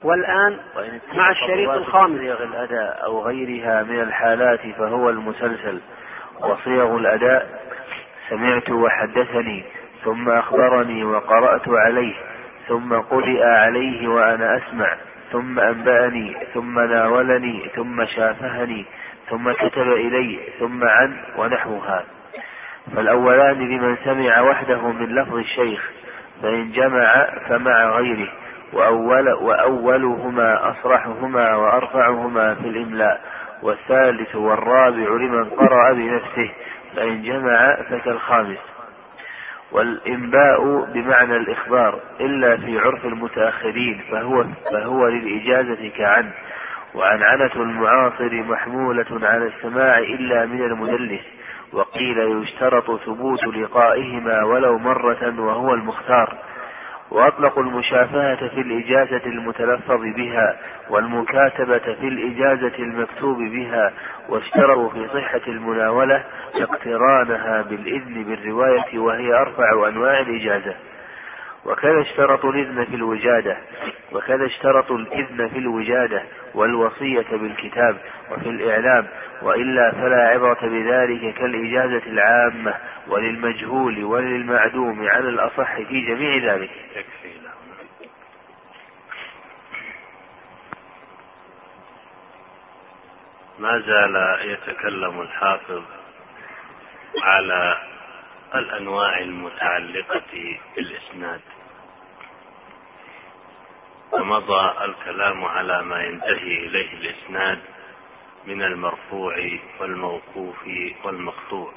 والآن مع الشريط الخامس. صيغ الأداء أو غيرها من الحالات فهو المسلسل. وصيغ الأداء: سمعت وحدثني، ثم أخبرني وقرأت عليه، ثم قرئ عليه وأنا أسمع، ثم أنبأني، ثم ناولني، ثم شافهني، ثم كتب إلي، ثم عن، ونحوها. فالأولان لمن سمع وحده من لفظ الشيخ، فإن جمع فمع غيره، وأولهما أصرحهما وأرفعهما في الإملاء، والثالث والرابع لمن قرأ بنفسه، فإن جمع فكالخامس. والإنباء بمعنى الإخبار إلا في عرف المتأخرين فهو للإجازة كعن. وعنعنة المعاصر محمولة على السماع إلا من المدلس. وقيل يشترط ثبوت لقائهما ولو مرة وهو المختار. وأطلقوا المشافهة في الإجازة المتلفظ بها، والمكاتبة في الإجازة المكتوب بها. واشتروا في صحة المناولة اقترانها بالإذن بالرواية، وهي أرفع أنواع الإجازة. وكذا اشترطوا الإذن في الوجادة والوصية بالكتاب وفي الإعلام، وإلا فلا عبرة بذلك كالإجازة العامة وللمجهول وللمعدوم على الأصح في جميع ذلك. ما زال يتكلم الحافظ على الأنواع المتعلقة بالإسناد، ومضى الكلام على ما ينتهي إليه الإسناد من المرفوع والموقوف والمقطوع.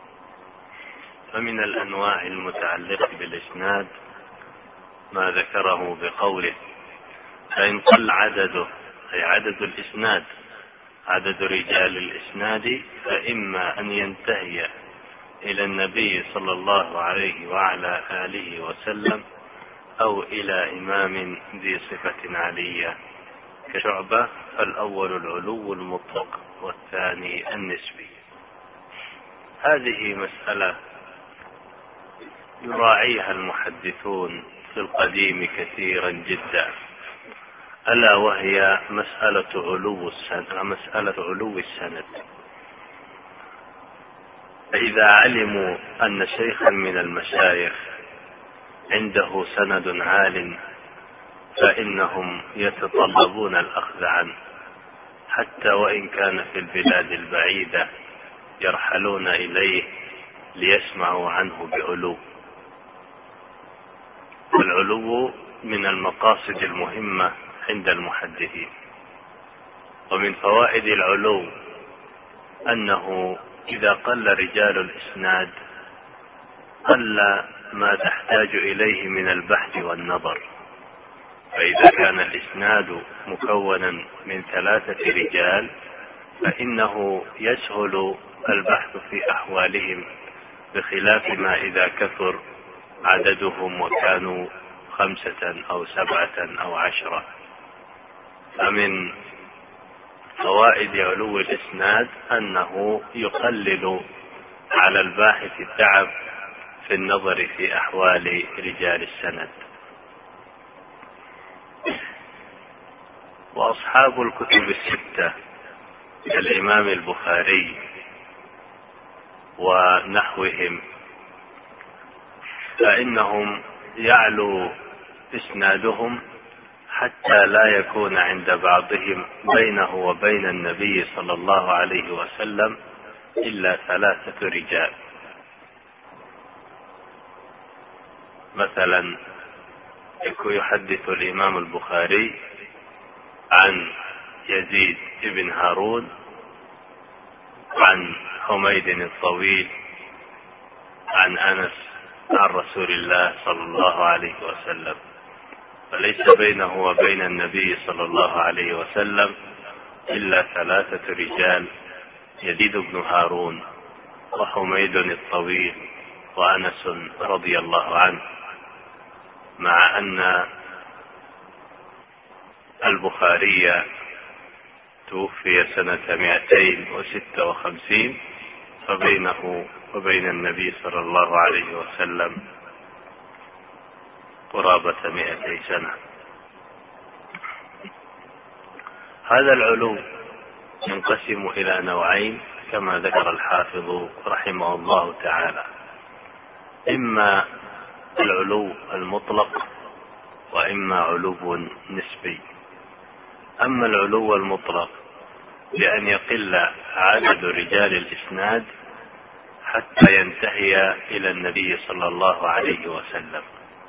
فمن الأنواع المتعلقة بالإسناد ما ذكره بقوله: فإن قل عدده، أي عدد الإسناد، عدد رجال الإسناد، فإما أن ينتهي إلى النبي صلى الله عليه وعلى آله وسلم، أو إلى إمام ذي صفة علية كشعبة، فالأول العلو المطلق والثاني النسبي. هذه مسألة يراعيها المحدثون في القديم كثيرا جدا، ألا وهي مسألة علو السند. فإذا علموا أن شيخا من المشايخ عنده سند عال، فإنهم يتطلبون الأخذ عنه، حتى وإن كان في البلاد البعيدة يرحلون إليه ليسمعوا عنه بعلو. والعلو من المقاصد المهمة عند المحدثين. ومن فوائد العلو أنه إذا قل رجال الإسناد قل ما تحتاج إليه من البحث والنظر. فإذا كان الإسناد مكونا من 3 رجال فإنه يسهل البحث في أحوالهم، بخلاف ما إذا كثر عددهم وكانوا 5 أو 7 أو 10. فمن فوائد علو الإسناد أنه يقلل على الباحث التعب في النظر في أحوال رجال السند. وأصحاب الكتب الستة كالإمام البخاري ونحوهم فإنهم يعلو إسنادهم حتى لا يكون عند بعضهم بينه وبين النبي صلى الله عليه وسلم إلا 3 رجال. مثلا يحدث الإمام البخاري عن يزيد بن هارون عن حميد الطويل عن أنس عن رسول الله صلى الله عليه وسلم، فليس بينه وبين النبي صلى الله عليه وسلم إلا 3 رجال: يزيد بن هارون وحميد الطويل وأنس رضي الله عنه. مع أن البخاري توفي سنة 256، فبينه وبين النبي صلى الله عليه وسلم قرابة 200 سنة. هذا العلو ينقسم إلى نوعين كما ذكر الحافظ رحمه الله تعالى: إما العلو المطلق، وإما علو نسبي. أما العلو المطلق بأن يقل عدد رجال الإسناد حتى ينتهي إلى النبي صلى الله عليه وسلم،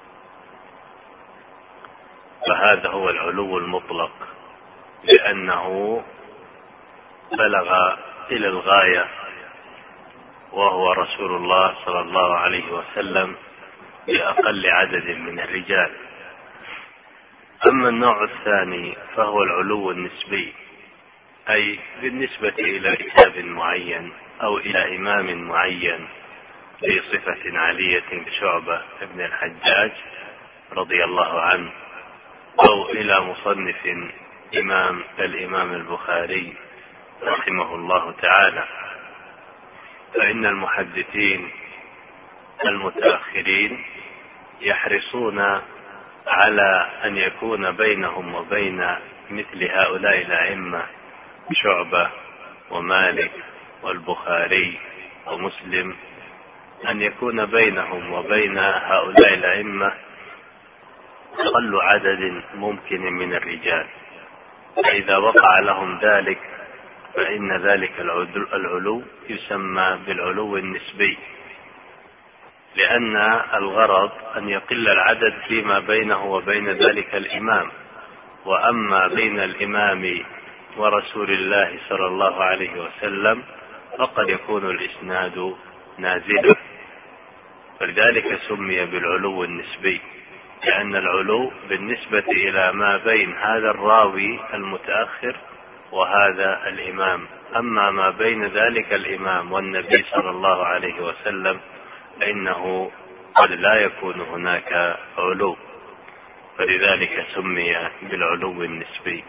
فهذا هو العلو المطلق، لأنه بلغ إلى الغاية وهو رسول الله صلى الله عليه وسلم بأقل عدد من الرجال. أما النوع الثاني فهو العلو النسبي، أي بالنسبة إلى كتاب معين أو إلى إمام معين بصفة عالية كشعبة ابن الحجاج رضي الله عنه، أو إلى مصنف الإمام البخاري رحمه الله تعالى. فإن المحدثين المتأخرين يحرصون على أن يكون بينهم وبين مثل هؤلاء الأئمة شعبة ومالك والبخاري ومسلم، أن يكون بينهم وبين هؤلاء الأئمة أقل عدد ممكن من الرجال. فإذا وقع لهم ذلك فإن ذلك العلو يسمى بالعلو النسبي، لأن الغرض أن يقل العدد فيما بينه وبين ذلك الإمام. وأما بين الإمام ورسول الله صلى الله عليه وسلم فقد يكون الإسناد نازلا، فلذلك سمي بالعلو النسبي، لأن العلو بالنسبة إلى ما بين هذا الراوي المتأخر وهذا الإمام. أما ما بين ذلك الإمام والنبي صلى الله عليه وسلم فإنه قد لا يكون هناك علو، فلذلك سمي بالعلو النسبي.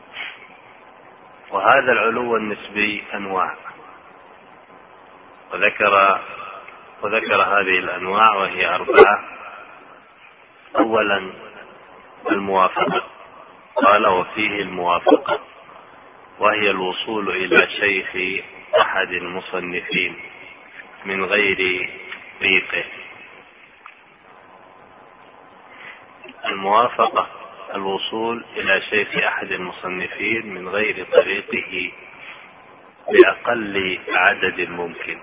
وهذا العلو النسبي أنواع، وذكر هذه الأنواع وهي 4. أولا الموافقة، قال: وفيه الموافقة، وهي الوصول إلى شيخ أحد المصنفين من غير طريقه. الموافقة الوصول إلى شيخ أحد المصنفين من غير طريقه بأقل عدد ممكن.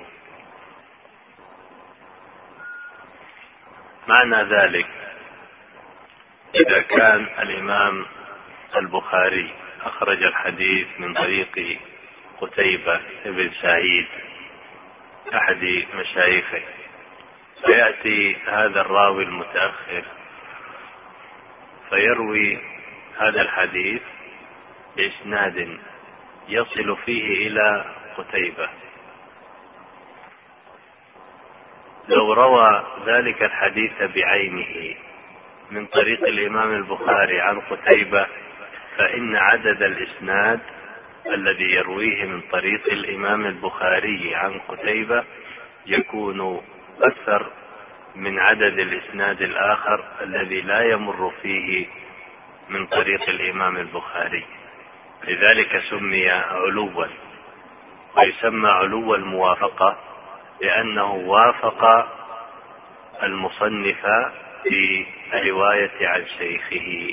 معنى ذلك إذا كان الإمام البخاري أخرج الحديث من طريق قتيبة بن سعيد أحد مشايخه، فيأتي هذا الراوي المتأخر فيروي هذا الحديث بإسناد يصل فيه إلى قتيبة. لو روى ذلك الحديث بعينه من طريق الإمام البخاري عن قتيبة فإن عدد الإسناد الذي يرويه من طريق الإمام البخاري عن قتيبة يكون أكثر من عدد الإسناد الآخر الذي لا يمر فيه من طريق الإمام البخاري. لذلك سمي علوا، ويسمى علو الموافقة لأنه وافق المصنف في الرواية عن شيخه.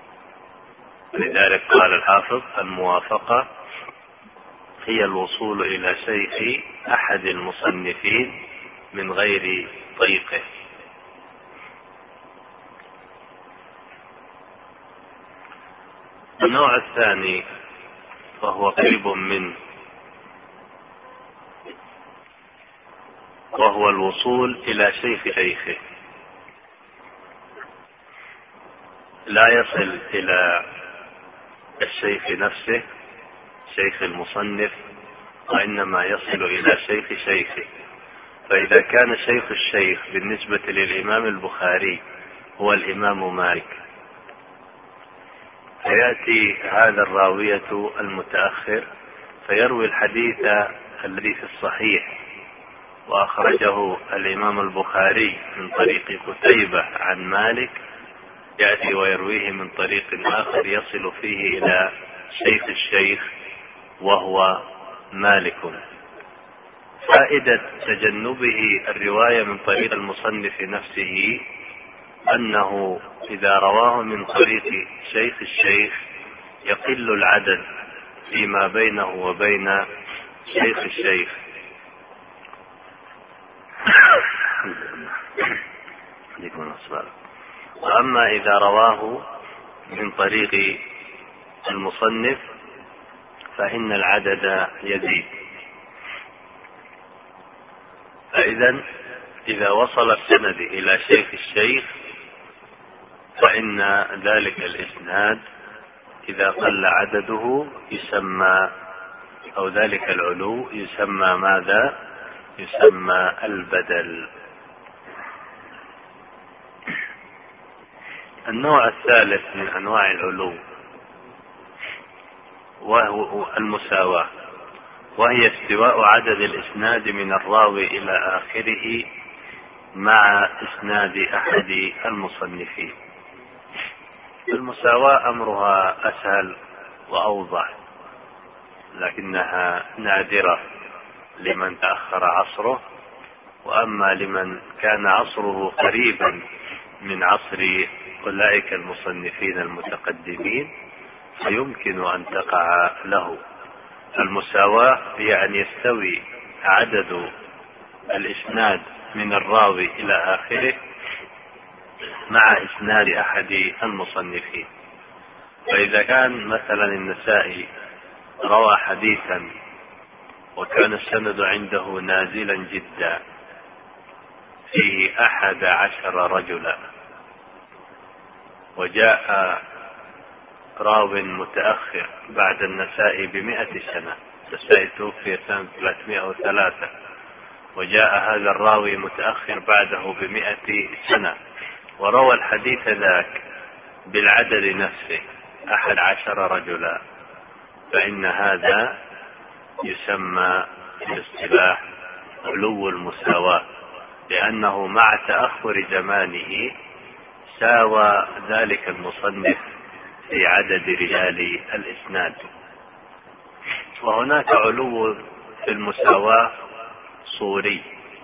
لذلك قال الحافظ: الموافقة هي الوصول إلى شيخ أحد المصنفين من غير طريقه. النوع الثاني وهو قريب منه، وهو الوصول إلى شيخ شيخه، لا يصل إلى الشيخ نفسه شيخ المصنف، وإنما يصل إلى شيخ شيخه. فإذا كان شيخ الشيخ بالنسبة للإمام البخاري هو الإمام مالك، فيأتي هذا الراوية المتأخر فيروي الحديث الذي في الصحيح وأخرجه الإمام البخاري من طريق قتيبة عن مالك، يأتي ويرويه من طريق آخر يصل فيه إلى شيخ الشيخ وهو مالك. فائدة تجنبه الرواية من طريق المصنف نفسه أنه إذا رواه من طريق شيخ الشيخ يقل العدد فيما بينه وبين شيخ الشيخ. وأما إذا رواه من طريق المصنف فإن العدد يزيد. إذا وصل السند إلى شيخ الشيخ فإن ذلك الإسناد إذا قل عدده يسمى، أو ذلك العلو يسمى ماذا؟ يسمى البدل. النوع الثالث من أنواع العلو وهو المساواة، وهي استواء عدد الإسناد من الراوي إلى آخره مع إسناد أحد المصنفين. المساواة أمرها أسهل وأوضح، لكنها نادرة لمن تأخر عصره، وأما لمن كان عصره قريبا من عصر أولئك المصنفين المتقدمين فيمكن أن تقع له. المساواة هي أن يستوي عدد الإسناد من الراوي إلى آخره مع إسناد أحد المصنفين. فإذا كان مثلا النسائي روى حديثا وكان السند عنده نازلا جدا فيه 11 رجلا، وجاء راو متأخر بعد النسائي ب100 سنة، النسائي توفي سنة 303، وجاء هذا الراوي متأخر بعده ب100 سنة وروى الحديث ذاك بالعدد نفسه 11 رجلا، فإن هذا يسمى في الاصطلاح علو المساواة، لأنه مع تأخر زمانه ساوى ذلك المصنف في عدد رجال الإسناد. وهناك علو في المساواة صوري،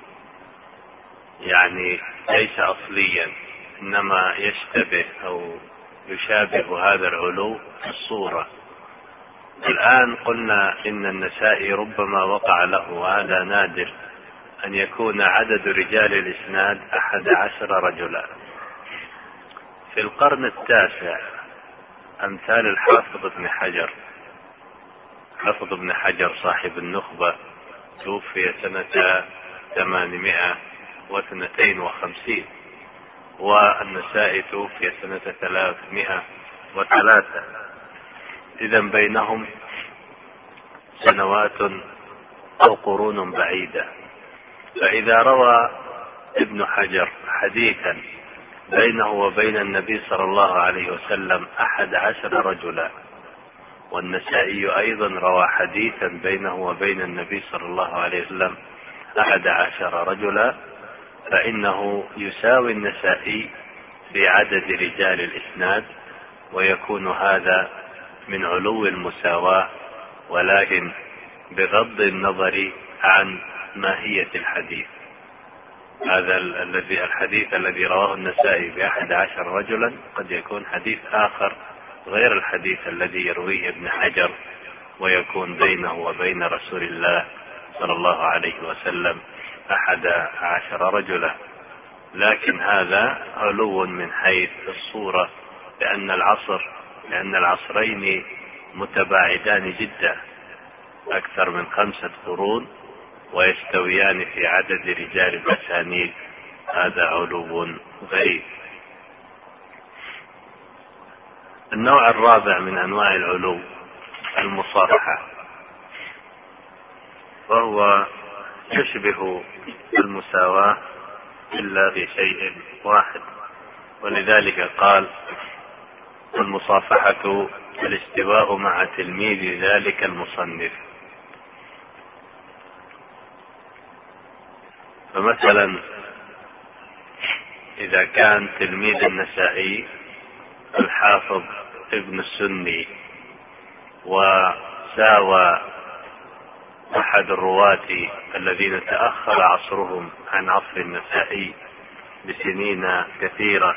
يعني ليس أصليا، إنما يشتبه أو يشابه هذا العلو في الصورة. الآن قلنا إن النسائي ربما وقع له، وهذا نادر، أن يكون عدد رجال الإسناد 11 رجلا. في القرن التاسع أمثال الحافظ ابن حجر، حافظ ابن حجر صاحب النخبة توفي سنة 852، والنسائي توفي سنة 303، إذا بينهم سنوات أو قرون بعيدة. فإذا روى ابن حجر حديثا بينه وبين النبي صلى الله عليه وسلم 11 رجلا، والنسائي أيضا روى حديثا بينه وبين النبي صلى الله عليه وسلم 11 رجلا، فإنه يساوي النسائي في عدد رجال الإسناد، ويكون هذا من علو المساواة، ولكن بغض النظر عن ماهية الحديث. هذا الحديث الذي رواه النسائي ب11 رجلا قد يكون حديث آخر غير الحديث الذي يرويه ابن حجر، ويكون بينه وبين رسول الله صلى الله عليه وسلم 11 رجلا. لكن هذا علو من حيث الصورة، لأن العصرين متباعدان جدا، أكثر من 5 قرون، ويستويان في عدد رجال الأسانيد. هذا علو غريب. النوع الرابع من أنواع العلو المصافحة، وهو يشبه المساواة إلا في شيء واحد، ولذلك قال المصافحة الاستواء مع تلميذ ذلك المصنف. فمثلا إذا كان تلميذ النسائي الحافظ ابن السني، وساوى أحد الرواة الذين تأخر عصرهم عن عصر النسائي بسنين كثيرة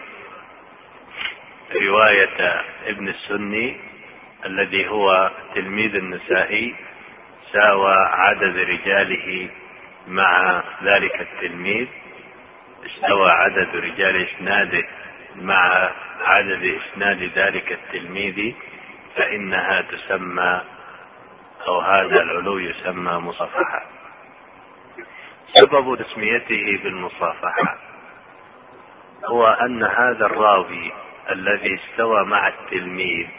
رواية ابن السني الذي هو تلميذ النسائي، ساوى عدد رجاله مع ذلك التلميذ، استوى عدد رجال إسناده مع عدد إسناد ذلك التلميذ، فإنها تسمى أو هذا العلو يسمى مصافحة. سبب تسميته بالمصافحة هو أن هذا الراوي الذي استوى مع التلميذ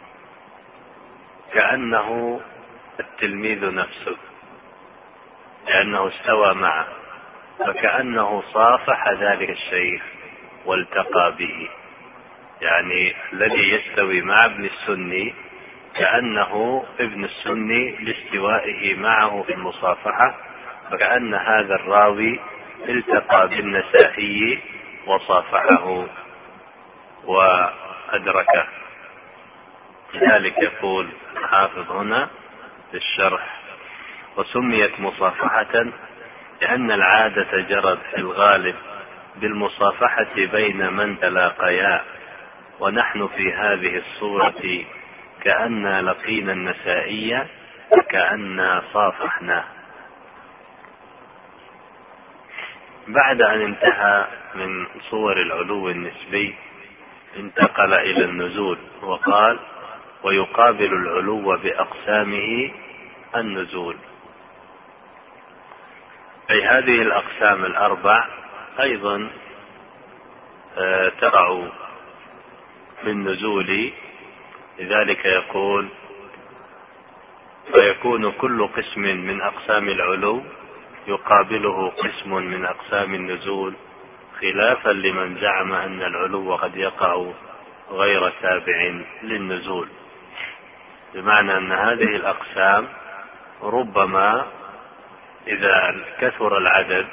كأنه التلميذ نفسه، لأنه استوى معه، فكأنه صافح ذلك الشيخ والتقى به. يعني الذي يستوي مع ابن السني كأنه ابن السني لاستوائه معه في المصافحة، فكأن هذا الراوي التقى بالنسائي وصافحه وأدركه. لذلك يقول الحافظ هنا في الشرح: وسميت مصافحة لأن العادة جرت في الغالب بالمصافحة بين من تلاقيا، ونحن في هذه الصورة كأننا لقينا النسائي فكأننا صافحناه. بعد أن انتهى من صور العلو النسبي انتقل إلى النزول، وقال: ويقابل العلو بأقسامه النزول. أي هذه الأقسام الأربع أيضا تقع بالنزول. لذلك يقول: فيكون كل قسم من أقسام العلو يقابله قسم من أقسام النزول، خلافا لمن زعم أن العلو قد يقع غير تابع للنزول. بمعنى أن هذه الأقسام ربما إذا كثر العدد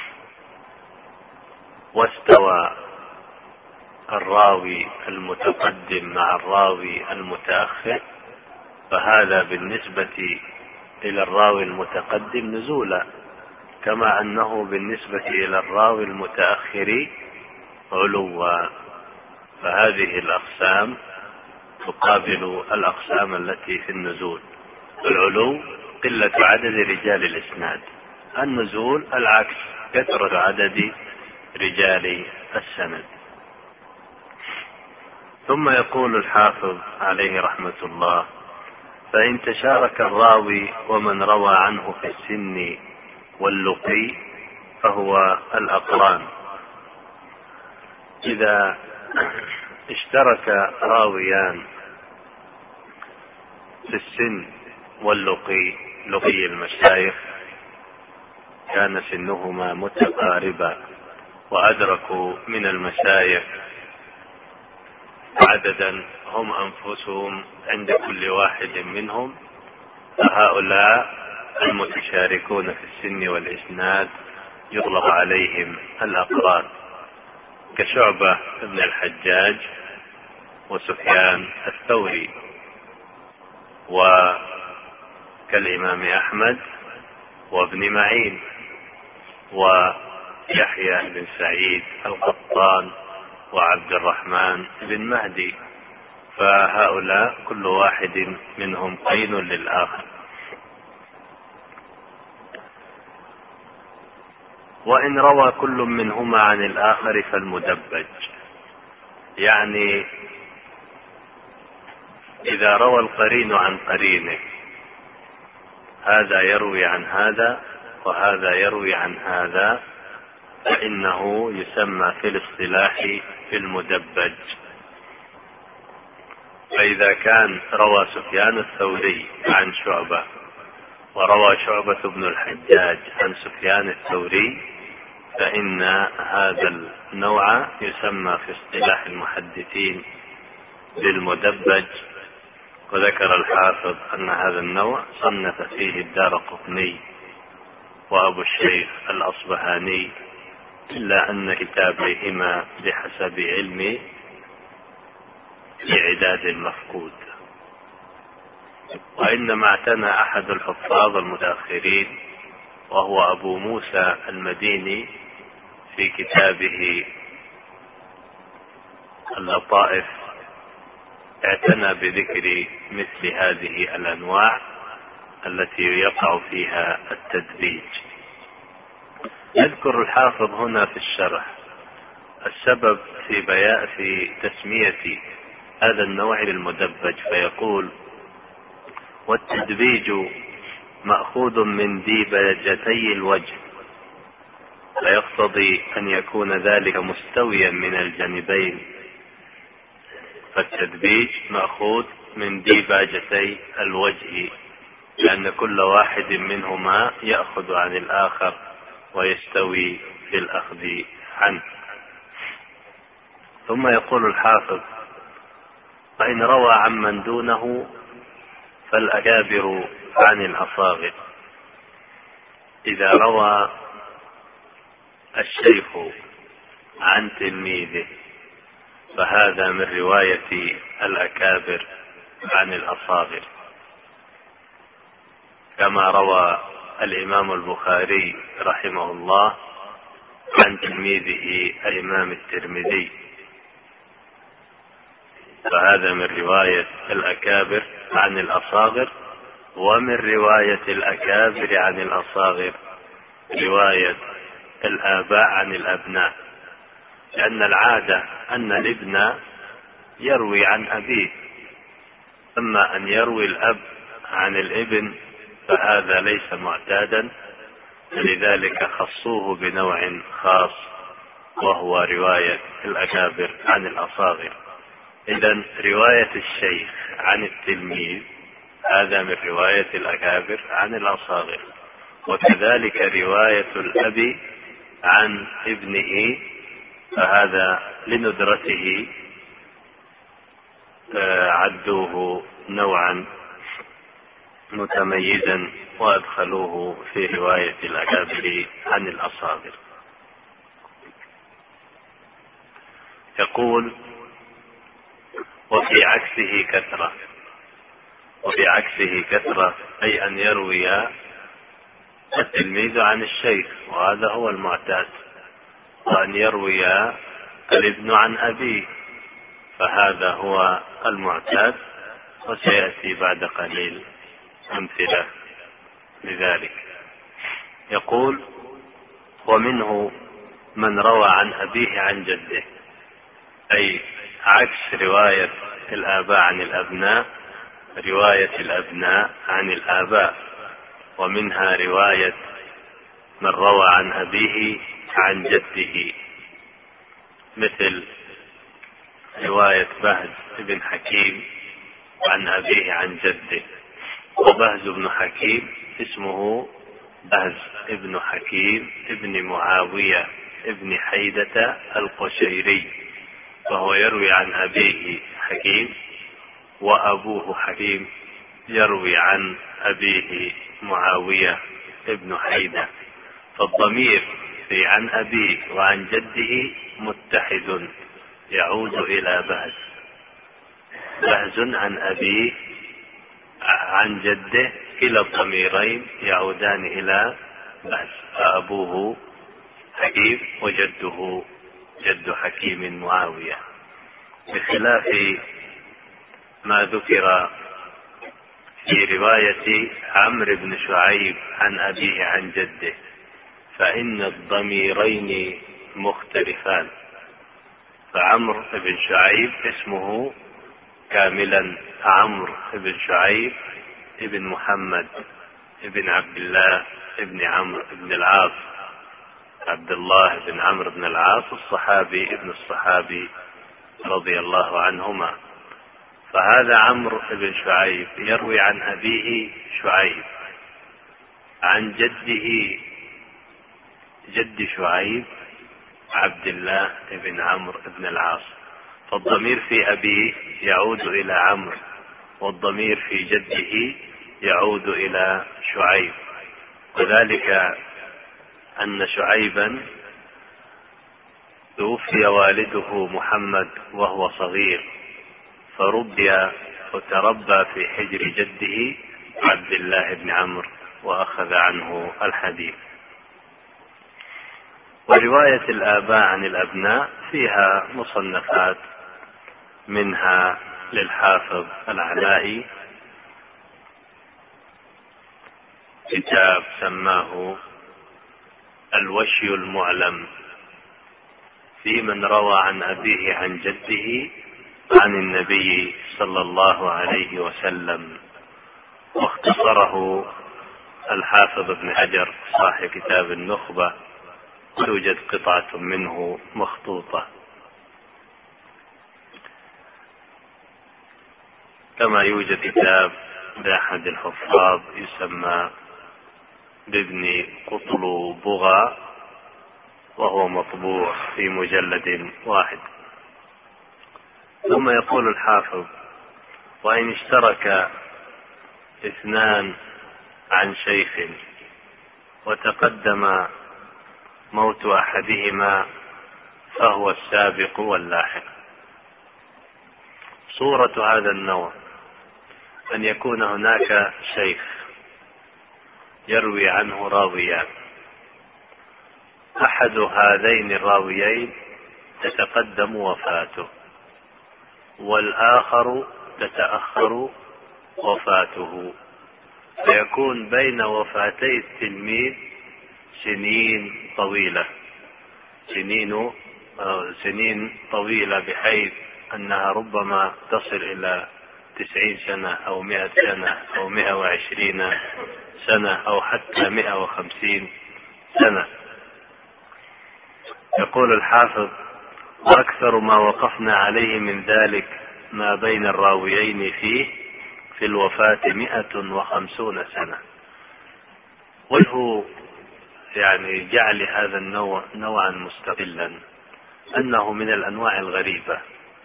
واستوى الراوي المتقدم مع الراوي المتأخر، فهذا بالنسبة إلى الراوي المتقدم نزولا، كما أنه بالنسبة إلى الراوي المتأخر علوا. فهذه الأقسام تقابل الأقسام التي في النزول. العلو قلة عدد رجال الإسناد، النزول العكس، كثرة عدد رجال السند. ثم يقول الحافظ عليه رحمة الله: فإن تشارك الراوي ومن روى عنه في السن واللقي فهو الأقران. إذا اشترك راويان في السن واللقي، لقي المشايخ، كان سنهما متقاربا وأدركوا من المشايخ عددا هم أنفسهم عند كل واحد منهم، فهؤلاء المتشاركون في السن والإسناد يطلق عليهم الأقران، كشعبة بن الحجاج وسفيان الثوري، وكالإمام أحمد وابن معين ويحيى بن سعيد القطان وعبد الرحمن بن مهدي، فهؤلاء كل واحد منهم قين للآخر. وإن روى كل منهما عن الآخر فالمدبج، يعني إذا روى القرين عن قرينه، هذا يروي عن هذا وهذا يروي عن هذا، فإنه يسمى في الاصطلاح في المدبج. فإذا كان روى سفيان الثوري عن شعبة وروى شعبة بن الحجاج عن سفيان الثوري، فإن هذا النوع يسمى في اصطلاح المحدثين بالمدبج. وذكر الحافظ أن هذا النوع صنف فيه الدارقطني وأبو الشيخ الأصبهاني، إلا أن كتابيهما بحسب علمي في عداد المفقود. وإنما اعتنى أحد الحفاظ المتأخرين وهو أبو موسى المديني في كتابه اللطائف، اعتنى بذكر مثل هذه الأنواع التي يقع فيها التدبيج. يذكر الحافظ هنا في الشرح السبب في تسمية هذا النوع للمدبج، فيقول: والتدبيج مأخوذ من ديباجتي الوجه، فيقتضي أن يكون ذلك مستويا من الجانبين، فالتدبيج مأخوذ من ديباجتي الوجه، لأن كل واحد منهما يأخذ عن الآخر ويستوي في الأخذ عنه. ثم يقول الحافظ: فإن روى عمن دونه فالأكابر عن الأصاغر. إذا روى الشيخ عن تلميذه فهذا من رواية الأكابر عن الأصاغر، كما روى الإمام البخاري رحمه الله عن تلميذه الإمام الترمذي، فهذا من رواية الأكابر عن الأصاغر. ومن رواية الأكابر عن الأصاغر رواية الآباء عن الأبناء، لأن العادة أن الابن يروي عن أبيه، أما أن يروي الأب عن الابن فهذا ليس معتادا، لذلك خصوه بنوع خاص وهو رواية الأكابر عن الأصاغر. إذن رواية الشيخ عن التلميذ هذا من رواية الأكابر عن الأصاغر، وكذلك رواية الأب عن ابنه، فهذا لندرته عدوه نوعا متميزا وأدخلوه في رواية الأكابر عن الأصاغر. يقول: وفي عكسه كثرة، أي أن يروي التلميذ عن الشيخ، وهذا هو المعتاد، وأن يروي الابن عن أبيه، فهذا هو المعتاد، وسيأتي بعد قليل أمثلة لذلك. يقول: ومنه من روى عن أبيه عن جده، أي عكس رواية الآباء عن الأبناء، رواية الأبناء عن الآباء، ومنها رواية من روى عن أبيه عن جده، مثل رواية بهز بن حكيم عن أبيه عن جده. وبهز بن حكيم اسمه بهز بن حكيم ابن معاوية ابن حيدة القشيري، وهو يروي عن أبيه حكيم، وأبوه حكيم يروي عن أبيه معاوية ابن حيدة، فالضمير في عن أبيه وعن جده متحد يعود إلى بهز. بهز عن أبيه عن جده، كلا الضميرين يعودان إلى بهز، فأبوه حكيم وجده جد حكيم معاوية، بخلاف ما ذكر في رواية عمرو بن شعيب عن أبيه عن جده، فإن الضميرين مختلفان. فعمرو بن شعيب اسمه كاملا عمرو بن شعيب ابن محمد ابن عبد الله ابن عمرو بن العاص، عبد الله بن عمرو بن العاص الصحابي ابن الصحابي رضي الله عنهما. فهذا عمرو بن شعيب يروي عن أبيه شعيب عن جده جد شعيب عبد الله بن عمرو بن العاص، فالضمير في أبيه يعود إلى عمرو، والضمير في جده يعود إلى شعيب. وذلك أن شعيبا توفي والده محمد وهو صغير، فربي تربى في حجر جده عبد الله بن عمرو وأخذ عنه الحديث. ورواية الآباء عن الأبناء فيها مصنفات، منها للحافظ العلائي كتاب سماه الوشي المعلم في من روى عن أبيه عن جده عن النبي صلى الله عليه وسلم، واختصره الحافظ ابن حجر صاحب كتاب النخبة، توجد قطعة منه مخطوطة. كما يوجد كتاب لأحد الحفاظ يسمى بابن قطلبغة، وهو مطبوع في مجلد واحد. ثم يقول الحافظ: وإن اشترك اثنان عن شيخ وتقدم موت أحدهما فهو السابق واللاحق. صورة هذا النوع أن يكون هناك شيخ يروي عنه راويان، أحد هذين الراويين تتقدم وفاته والآخر تتأخر وفاته، فيكون بين وفاتي التلميذ سنين طويلة، سنين طويلة بحيث أنها ربما تصل إلى 90 سنة أو 100 سنة أو 120 سنة أو حتى 150 سنة. يقول الحافظ: وأكثر ما وقفنا عليه من ذلك ما بين الراويين فيه في الوفاة 150 سنة. وله يعني جعل هذا النوع نوعا مستقلا أنه من الأنواع الغريبة.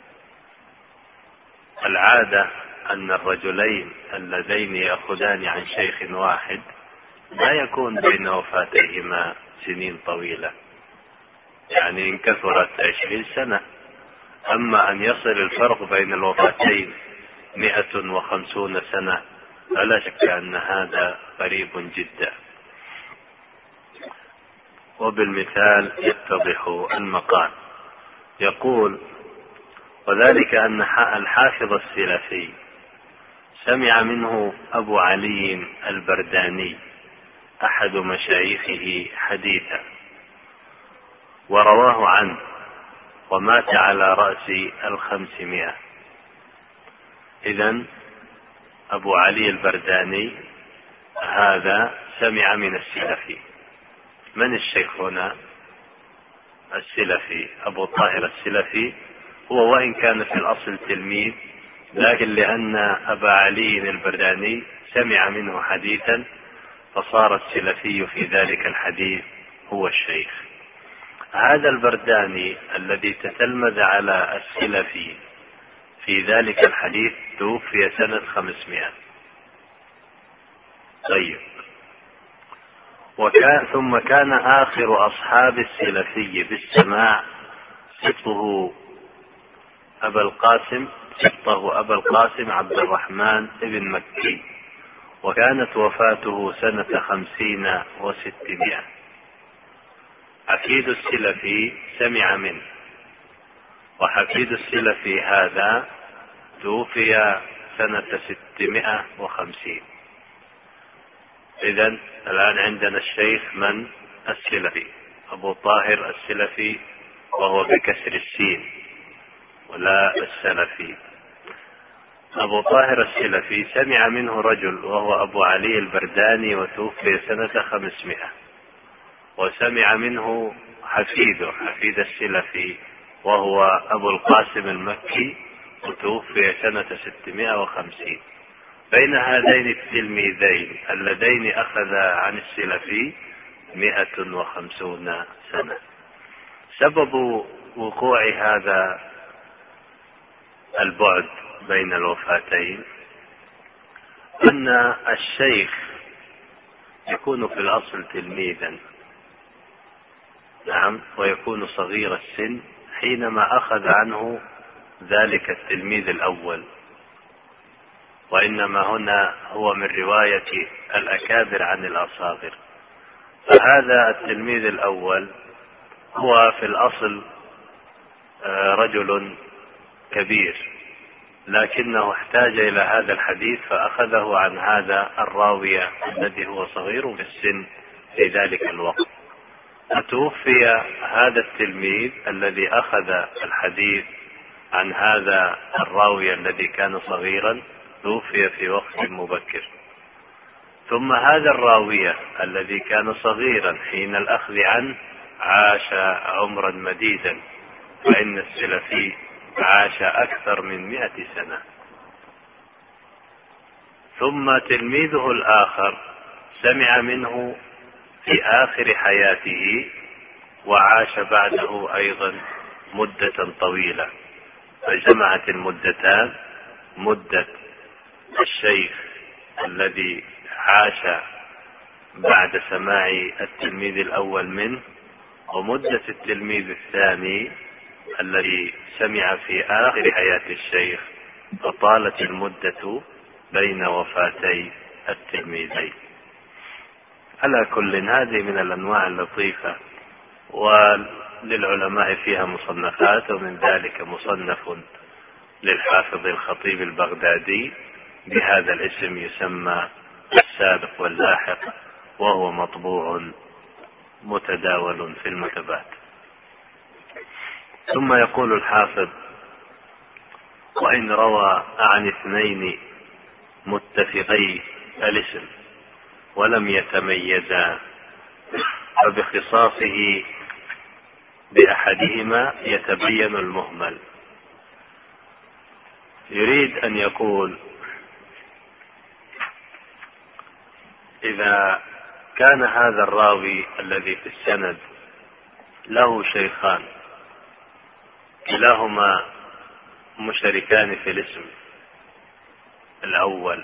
العادة أن الرجلين اللذين يأخذان عن شيخ واحد لا يكون بين وفاتيهما سنين طويلة، يعني إن كثرت 20 سنة. أما أن يصل الفرق بين الوفاتين 150 سنة فلا شك أن هذا غريب جدا. وبالمثال يتضح المقال. يقول: وذلك أن الحافظ السلفي سمع منه أبو علي البرداني أحد مشايخه حديثا ورواه عنه، ومات على رأس 500. إذن أبو علي البرداني هذا سمع من السلفي. من الشيخ هنا؟ السلفي أبو طاهر السلفي، هو وإن كان في الأصل تلميذ، لكن لأن أبا علي البرداني سمع منه حديثا فصار السلفي في ذلك الحديث هو الشيخ. هذا البرداني الذي تتلمذ على السلفي في ذلك الحديث توفي سنة 500. طيب، ثم كان آخر أصحاب السلفي بالسماع سبطه أبا القاسم عبد الرحمن بن مكي، وكانت وفاته سنة 50 و600. حفيد السلفي سمع منه، وحفيد السلفي هذا توفي سنة 650. إذن الآن عندنا الشيخ من؟ السلفي أبو طاهر السلفي، وهو بكسر السين ولا السلفي. أبو طاهر السلفي سمع منه رجل وهو أبو علي البرداني وتوفي سنة 500، وسمع منه حفيد السلفي وهو أبو القاسم المكي وتوفي سنة 650. بين هذين التلميذين اللذين أخذا عن السلفي 150 سنة. سبب وقوع هذا البعد بين الوفاتين أن الشيخ يكون في الأصل تلميذا، نعم، ويكون صغير السن حينما أخذ عنه ذلك التلميذ الأول، وإنما هنا هو من رواية الأكابر عن الأصاغر. فهذا التلميذ الأول هو في الأصل رجل كبير، لكنه احتاج إلى هذا الحديث فأخذه عن هذا الراوي الذي هو صغير في السن في ذلك الوقت. فتوفي هذا التلميذ الذي أخذ الحديث عن هذا الراوي الذي كان صغيرا، توفي في وقت مبكر. ثم هذا الراوي الذي كان صغيرا حين الأخذ عنه عاش عمرا مديدا، فإن السلفي عاش أكثر من 100 سنة. ثم تلميذه الآخر سمع منه في آخر حياته وعاش بعده أيضا مدة طويلة، فجمعت المدتان، مدة الشيخ الذي عاش بعد سماع التلميذ الأول منه، ومدة التلميذ الثاني الذي سمع في آخر حياة الشيخ، فطالت المدة بين وفاتي التلميذين. على كل هذه من الأنواع اللطيفة، وللعلماء فيها مصنفات، ومن ذلك مصنف للحافظ الخطيب البغدادي بهذا الاسم يسمى السابق واللاحق، وهو مطبوع متداول في المكتبات. ثم يقول الحافظ: وإن روى عن 2 متفقي الاسم ولم يتميزا، فباختصاصه بأحدهما يتبين المهمل. يريد أن يقول إذا كان هذا الراوي الذي في السند له شيخان كلاهما مشتركان في الاسم الأول،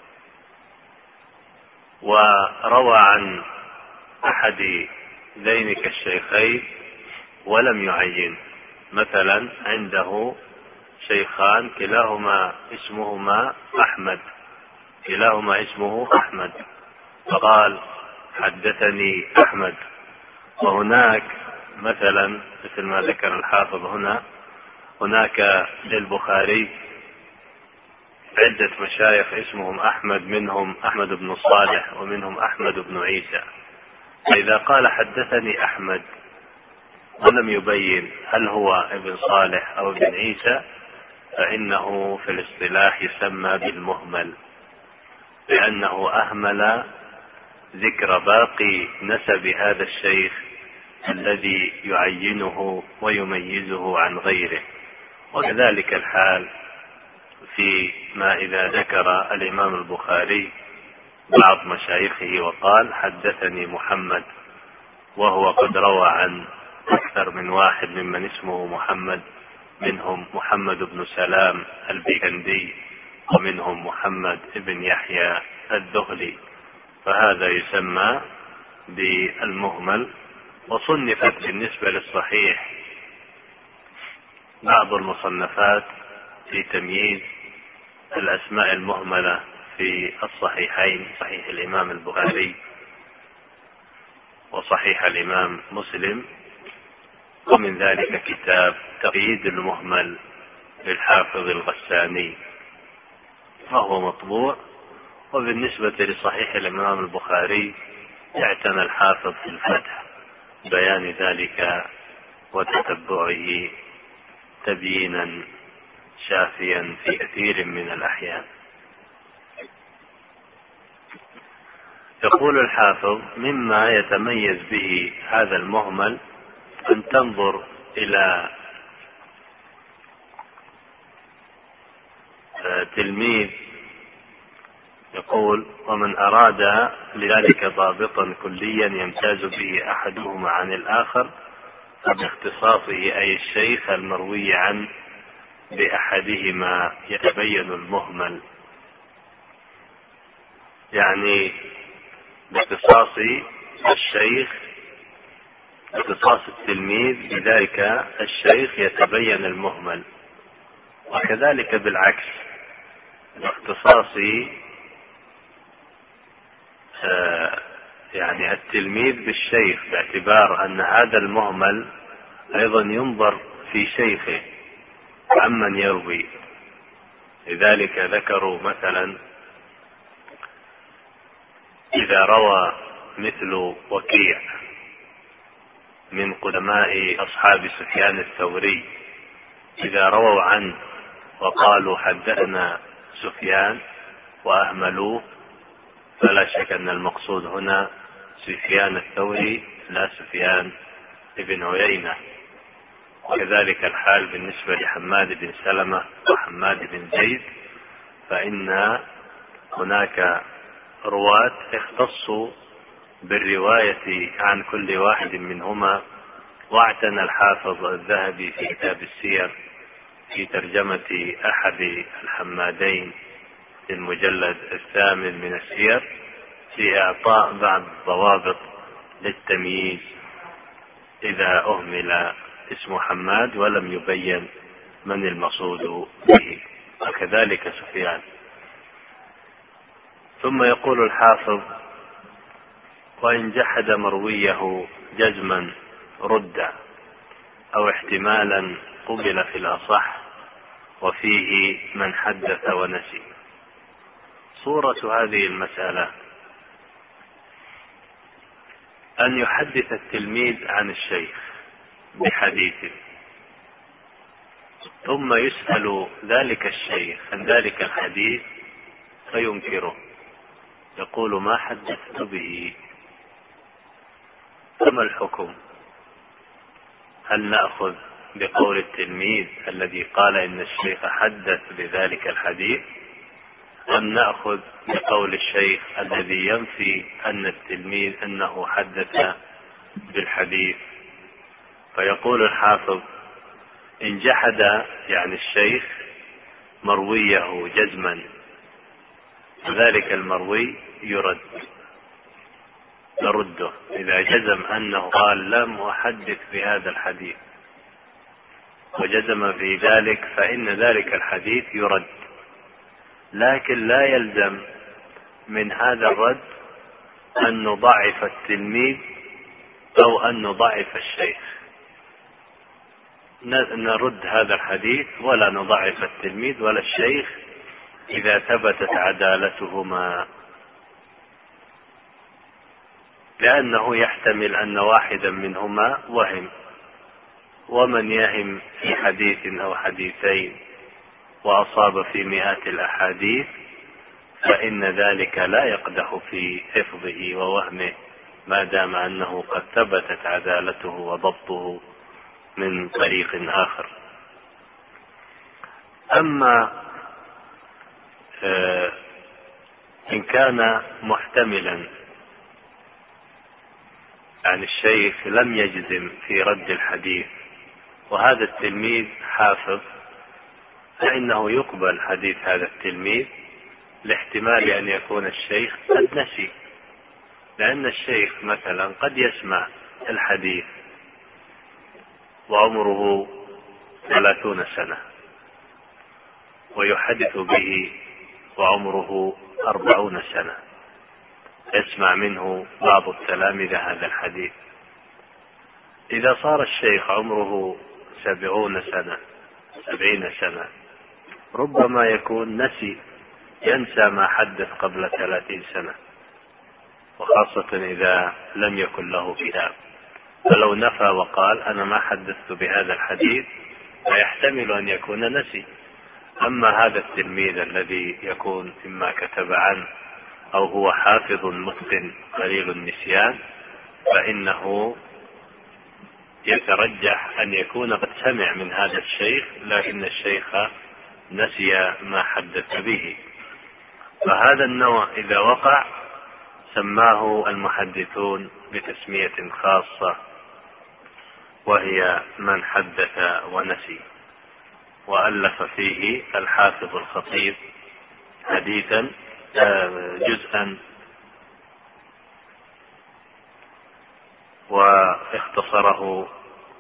وروى عن أحد ذينك الشيخين ولم يعين، مثلا عنده شيخان كلاهما اسمه أحمد، فقال حدثني أحمد، وهناك مثلا مثل ما ذكر الحافظ هنا، هناك للبخاري عدة مشايخ اسمهم أحمد، منهم أحمد بن صالح ومنهم أحمد بن عيسى. فإذا قال حدثني أحمد ولم يبين هل هو ابن صالح أو ابن عيسى، فإنه في الاصطلاح يسمى بالمهمل، لأنه أهمل ذكر باقي نسب هذا الشيخ الذي يعينه ويميزه عن غيره. وكذلك الحال في ما إذا ذكر الإمام البخاري بعض مشايخه وقال حدثني محمد، وهو قد روى عن أكثر من واحد ممن اسمه محمد، منهم محمد بن سلام البيكندي، ومنهم محمد بن يحيى الذهلي، فهذا يسمى بالمهمل. وصنفت بالنسبة للصحيح بعض المصنفات في تمييز الأسماء المهملة في الصحيحين، صحيح الإمام البخاري وصحيح الإمام مسلم، ومن ذلك كتاب تقييد المهمل للحافظ الغساني، وهو مطبوع. وبالنسبة لصحيح الإمام البخاري اعتنى الحافظ في الفتح بيان ذلك وتتبعه تبيينا شافيا في كثير من الأحيان. يقول الحافظ: مما يتميز به هذا المهمل أن تنظر إلى تلميذ، يقول: ومن أراد لذلك ضابطا كليا يمتاز به أحدهما عن الآخر، فباختصاصه أي الشيخ المروي عنه بأحدهما يتبين المهمل، يعني باختصاص الشيخ، باختصاص التلميذ بذلك الشيخ يتبين المهمل. وكذلك بالعكس، باختصاص يعني التلميذ بالشيخ، باعتبار أن هذا المهمل أيضا ينظر في شيخه عمن يروي. لذلك ذكروا مثلا إذا روى مثل وكيع من قدماء أصحاب سفيان الثوري، إذا رووا عنه وقالوا حدثنا سفيان وأهملوه، فلا شك أن المقصود هنا سفيان الثوري لا سفيان ابن عيينة. وكذلك الحال بالنسبة لحماد بن سلمة وحماد بن زيد، فإن هناك رواة اختصوا بالرواية عن كل واحد منهما. واعتنى الحافظ الذهبي في كتاب السير في ترجمة أحد الحمادين في المجلد 8 من السير في إعطاء بعض الضوابط للتمييز إذا أهمل اسم حماد ولم يبين من المقصود به، وكذلك سفيان. ثم يقول الحافظ: وإن جحد مرويه جزما رد، أو احتمالا قبل في الأصح، وفيه من حدث ونسي. صورة هذه المسألة أن يحدث التلميذ عن الشيخ بحديث، ثم يسأل ذلك الشيخ عن ذلك الحديث فينكره، يقول ما حدثت به. فما الحكم؟ هل نأخذ بقول التلميذ الذي قال إن الشيخ حدث بذلك الحديث، أم نأخذ بقول الشيخ الذي ينفي أن التلميذ أنه حدث بالحديث؟ فيقول الحافظ: إن جحد يعني الشيخ مرويه جزما، ذلك المروي نرده إذا جزم أنه قال لم أحدث بهذا الحديث وجزم في ذلك، فإن ذلك الحديث يرد. لكن لا يلزم من هذا الرد أن نضعف التلميذ أو أن نضعف الشيخ. نرد هذا الحديث ولا نضعف التلميذ ولا الشيخ إذا ثبتت عدالتهما، لأنه يحتمل أن واحدا منهما وهم، ومن يهم في حديث أو حديثين وأصاب في مئات الأحاديث فإن ذلك لا يقدح في حفظه ووهمه، ما دام أنه قد ثبتت عدالته وضبطه من طريق آخر. أما إن كان محتملا عن الشيخ لم يجزم في رد الحديث وهذا التلميذ حافظ، فإنه يقبل حديث هذا التلميذ لاحتمال أن يكون الشيخ قد نسي، لأن الشيخ مثلا قد يسمع الحديث وعمره 30 سنة ويحدث به وعمره 40 سنة، يسمع منه بعض التلامذة هذا الحديث. إذا صار الشيخ عمره 70 سنة ربما يكون نسي، ينسى ما حدث قبل 30 سنة، وخاصة إذا لم يكن له كتاب. فلو نفى وقال أنا ما حدثت بهذا الحديث فيحتمل أن يكون نسي. أما هذا التلميذ الذي يكون إما كتب عنه أو هو حافظ متقن قليل النسيان، فإنه يترجح أن يكون قد سمع من هذا الشيخ لكن الشيخ نسي ما حدث به. فهذا النوع إذا وقع سماه المحدثون بتسمية خاصة، وهي من حدث ونسي. وألف فيه الحافظ الخطيب حديثا جزءا، واختصره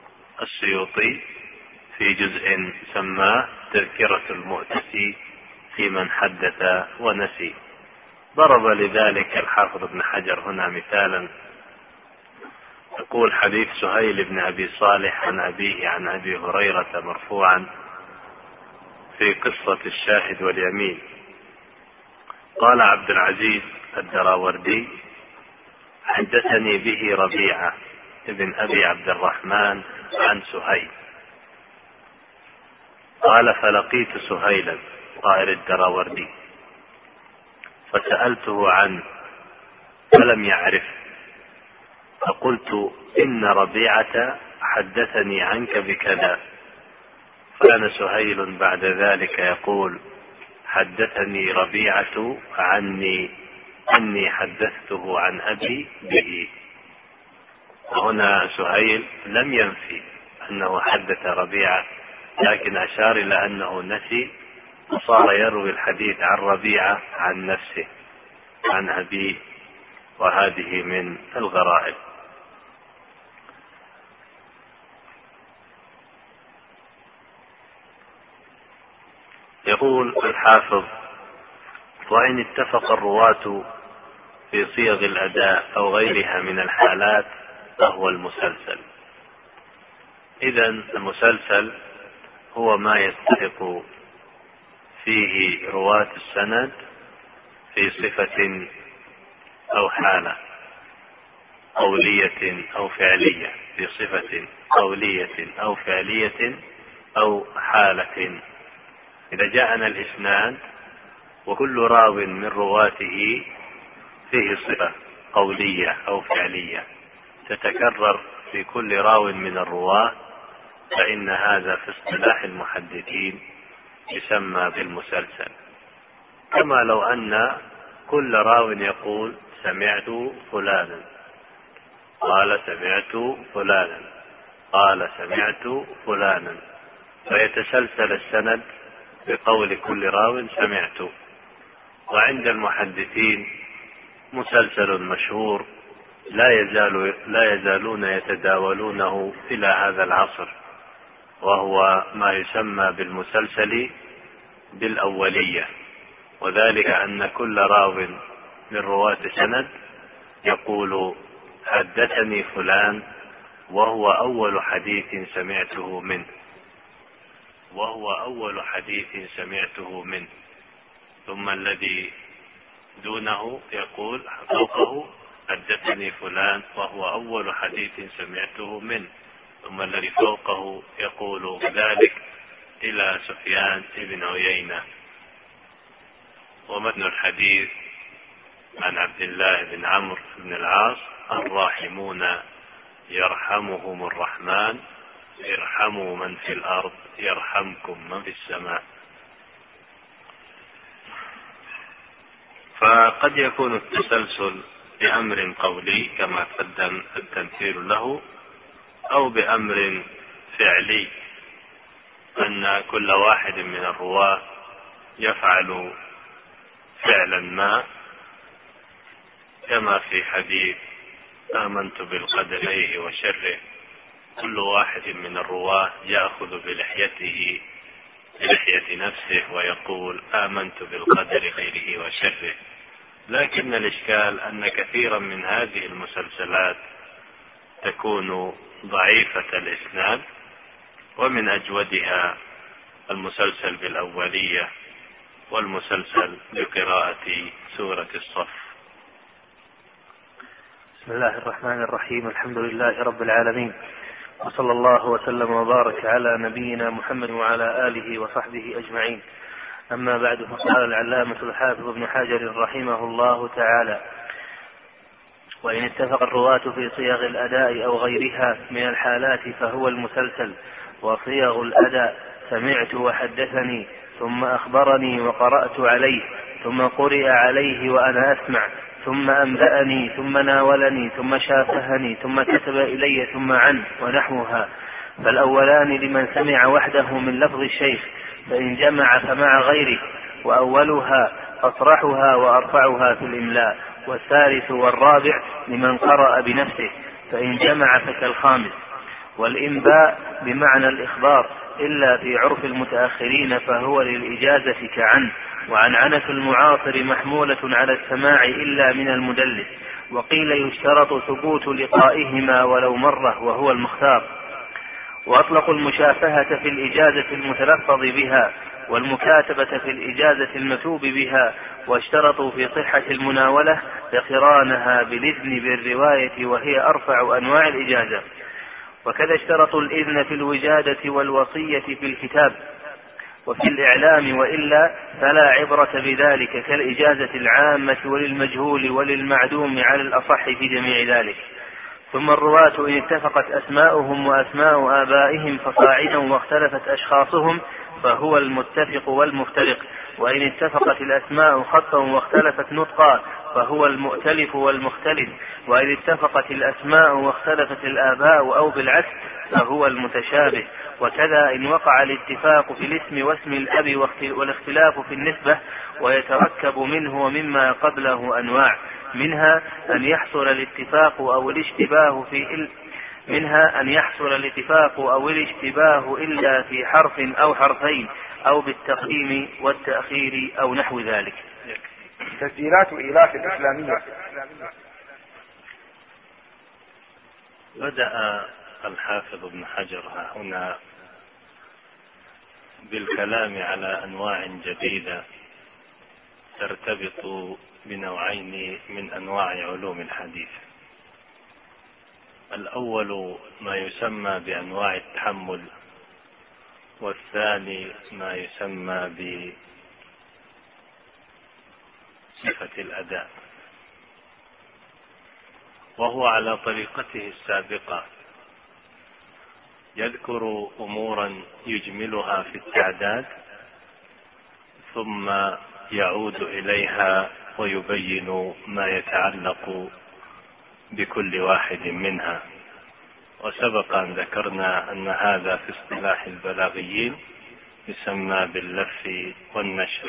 السيوطي في جزء سماه تذكرة المؤتسي في من حدث ونسي. ضرب لذلك الحافظ ابن حجر هنا مثالا، يقول: حديث سهيل بن أبي صالح عن أبيه عن أبي هريرة مرفوعا في قصة الشاهد واليمين. قال عبد العزيز الدراوردي: حدثني به ربيعة ابن أبي عبد الرحمن عن سهيل. قال: فلقيت سهيلا، قائل الدراوردي، فسألته عنه فلم يعرف، فقلت: إن ربيعة حدثني عنك بكذا. كان سهيل بعد ذلك يقول: حدثني ربيعة عني أني حدثته عن أبي به. وهنا سهيل لم ينفي أنه حدث ربيعة، لكن أشار إلى أنه نسي، وصار يروي الحديث عن ربيعة عن نفسه عن أبيه، وهذه من الغرائب. يقول الحافظ: وإن اتفق الرواة في صيغ الأداء أو غيرها من الحالات فهو المسلسل. إذن المسلسل هو ما يتفق فيه رواة السند في صفة أو حالة قولية أو فعلية، في صفة قولية أو فعلية أو حالة. إذا جاءنا الإسناد وكل راو من رواته فيه صفة قولية أو فعلية تتكرر في كل راو من الرواة، فإن هذا في اصطلاح المحدثين يسمى بالمسلسل. كما لو أن كل راو يقول: سمعت فلانا، قال سمعت فلانا، قال سمعت فلانا، فيتسلسل السند بقول كل راو سمعت. وعند المحدثين مسلسل مشهور لا يزالون يتداولونه إلى هذا العصر، وهو ما يسمى بالمسلسل بالأولية، وذلك أن كل راو من رواة سند يقول: حدثني فلان، وهو أول حديث سمعته منه، وهو أول حديث سمعته منه. ثم الذي دونه يقول فوقه: حدثني فلان، وهو أول حديث سمعته منه. ثم الذي فوقه يقول ذلك إلى سفيان بن عيينة. ومتن الحديث عن عبد الله بن عمرو بن العاص: الراحمون يرحمهم الرحمن، ارحموا من في الأرض يرحمكم من في السماء. فقد يكون التسلسل بأمر قولي كما قدم التمثيل له، أو بأمر فعلي، أن كل واحد من الرواة يفعل فعلا ما، كما في حديث آمنت بالقدر خيره وشره، كل واحد من الرواة يأخذ بلحيته بلحية نفسه ويقول آمنت بالقدر خيره وشره. لكن الإشكال أن كثيرا من هذه المسلسلات تكون ضعيفة الإسناد، ومن أجودها المسلسل بالأولية والمسلسل بقراءة سورة الصف. بسم الله الرحمن الرحيم. الحمد لله رب العالمين، وصلى الله وسلم وبارك على نبينا محمد وعلى آله وصحبه أجمعين. أما بعد، فقال العلامة الحافظ ابن حجر رحمه الله تعالى: وإن اتفق الرواة في صيغ الأداء أو غيرها من الحالات فهو المسلسل. وصيغ الأداء: سمعت وحدثني، ثم أخبرني وقرأت عليه، ثم قرئ عليه وأنا أسمع، ثم أنبأني، ثم ناولني، ثم شافهني، ثم كتب إلي، ثم عنه، ونحوها. فالأولان لمن سمع وحده من لفظ الشيخ، فإن جمع فمع غيره، وأولها أصرحها وأرفعها في الإملاء، والثالث والرابع لمن قرأ بنفسه، فإن جمع فكالخامس. والإنباء بمعنى الإخبار، إلا في عرف المتأخرين فهو للإجازة كعن، وعنعنة المعاصر محمولة على السماع إلا من المدلس. وقيل يشترط ثبوت لقائهما ولو مرة وهو المختار. وأطلقوا المشافهة في الإجازة المتلفظ بها والمكاتبة في الإجازة المكتوب بها، واشترطوا في صحة المناولة اقترانها بالإذن بالرواية وهي أرفع أنواع الإجازة. وكذا اشترطوا الإذن في الوجادة والوصية في الكتاب وفي الإعلام، وإلا فلا عبرة بذلك كالإجازة العامة وللمجهول وللمعدوم على الأصح في جميع ذلك. ثم الرواة إن اتفقت أسماؤهم وأسماء آبائهم فصاعدا واختلفت أشخاصهم فهو المتفق والمفترق، وإن اتفقت الأسماء خطا واختلفت نطقا فهو المؤتلف والمختلف، وإن اتفقت الأسماء واختلفت الآباء أو بالعكس فهو المتشابه. وكذا إن وقع الاتفاق في الاسم واسم الأب والاختلاف في النسبة، ويتركب منه ومما قبله أنواع، منها أن يحصل الاتفاق أو الاشتباه إلا في حرف أو حرفين أو بالتقديم والتأخير أو نحو ذلك. تسجيلات إيلاف الإسلامية. بدأ الحافظ ابن حجر هنا بالكلام على أنواع جديدة ترتبط بنوعين من أنواع علوم الحديث. الأول ما يسمى بأنواع التحمل، والثاني ما يسمى بصفة الأداء، وهو على طريقته السابقة يذكر أمورا يجملها في التعداد ثم يعود إليها ويبين ما يتعلق بكل واحد منها. وسبق أن ذكرنا أن هذا في اصطلاح البلاغيين يسمى باللف والنشر.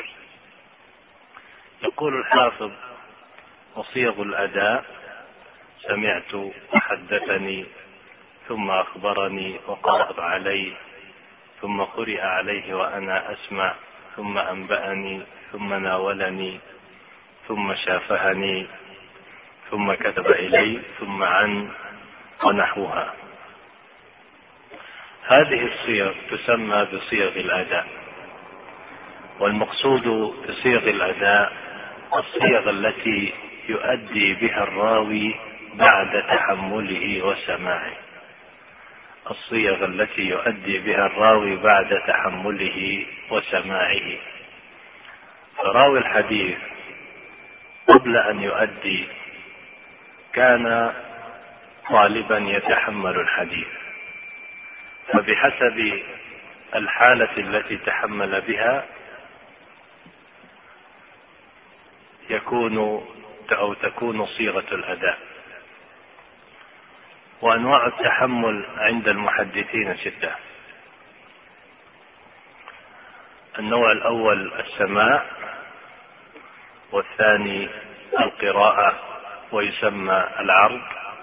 يقول الحافظ: وصيغ الأداء سمعت وحدثني ثم أخبرني وقرأ عليه ثم قرئ عليه وأنا أسمع ثم أنبأني ثم ناولني ثم شافهني ثم كتب إلي ثم عن ونحوها. هذه الصيغ تسمى بصيغ الأداء. والمقصود بصيغ الأداء الصيغ التي يؤدي بها الراوي بعد تحمله وسماعه، الصيغ التي يؤدي بها الراوي بعد تحمله وسماعه. فراوي الحديث قبل أن يؤدي كان طالبا يتحمل الحديث، فبحسب الحالة التي تحمل بها تكون صيغة الأداء. وأنواع التحمل عند المحدثين 6. النوع الأول السماع، والثاني القراءة ويسمى العرض،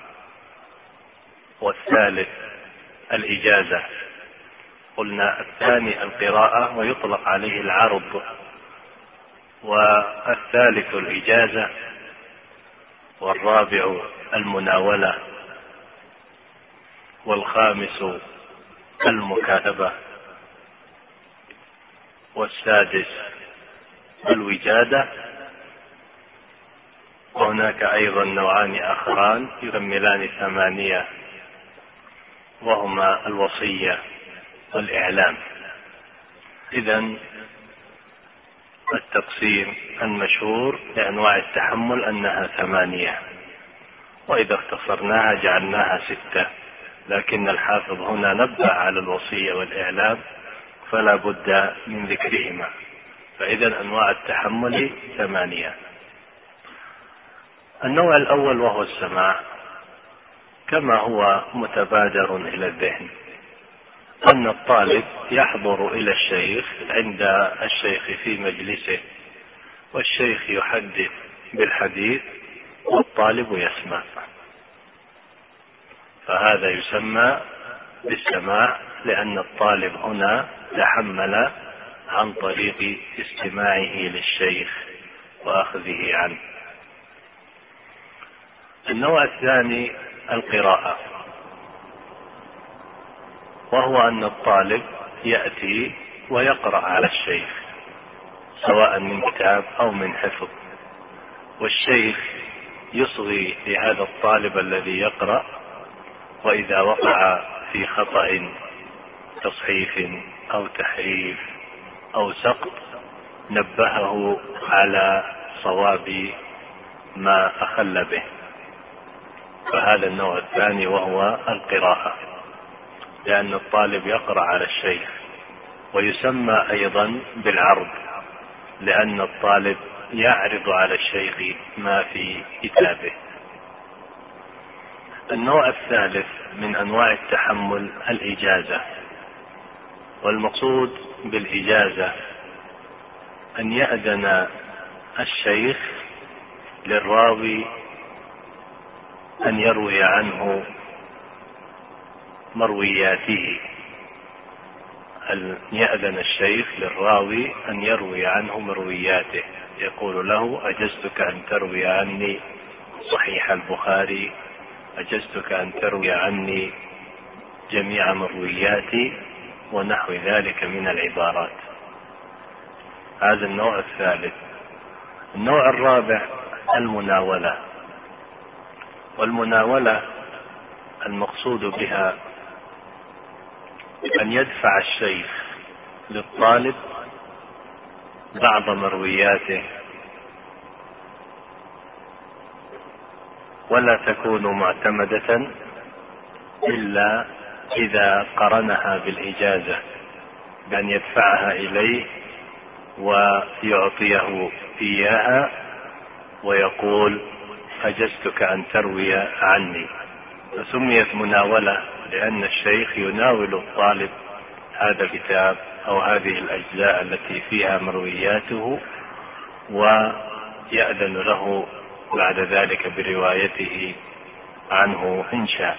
والثالث الإجازة. قلنا الثاني القراءة ويطلق عليه العرض، والثالث الإجازة، والرابع المناولة، والخامس المكاتبة، والسادس الوجادة. وهناك أيضا نوعان آخران يكملان 8، وهما الوصية والإعلام. إذن التقسيم المشهور لأنواع التحمل أنها 8، وإذا اختصرناها جعلناها 6، لكن الحافظ هنا نبه على الوصية والإعلام فلا بد من ذكرهما. فإذا أنواع التحمل 8. النوع الأول وهو السماع، كما هو متبادر إلى الذهن أن الطالب يحضر إلى الشيخ عند الشيخ في مجلسه، والشيخ يحدث بالحديث والطالب يسمع، فهذا يسمى بالسماع، لأن الطالب هنا تحمل عن طريق استماعه للشيخ وأخذه عنه. النوع الثاني القراءة، وهو أن الطالب يأتي ويقرأ على الشيخ سواء من كتاب أو من حفظ، والشيخ يصغي لهذا الطالب الذي يقرأ، وإذا وقع في خطأ تصحيف أو تحريف أو سقط نبهه على صواب ما أخل به. فهذا النوع الثاني وهو القراءة، لأن الطالب يقرأ على الشيخ، ويسمى أيضا بالعرض، لأن الطالب يعرض على الشيخ ما في كتابه. النوع الثالث من أنواع التحمل الإجازة، والمقصود بالإجازة أن يأذن الشيخ للراوي أن يروي عنه مروياته، أن يأذن الشيخ للراوي أن يروي عنه مروياته، يقول له: أجزتك أن تروي عني صحيح البخاري، أجزتك أن تروي عني جميع مروياتي، ونحو ذلك من العبارات. هذا النوع الثالث. النوع الرابع المناولة، والمناولة المقصود بها أن يدفع الشيخ للطالب بعض مروياته، ولا تكون معتمدة إلا إذا قرنها بالإجازة، بأن يدفعها إليه ويعطيه إياها ويقول: أجزتك أن تروي عني. فسميت مناولة لأن الشيخ يناول الطالب هذا الكتاب أو هذه الأجزاء التي فيها مروياته، ويأذن له بعد ذلك بروايته عنه إن شاء.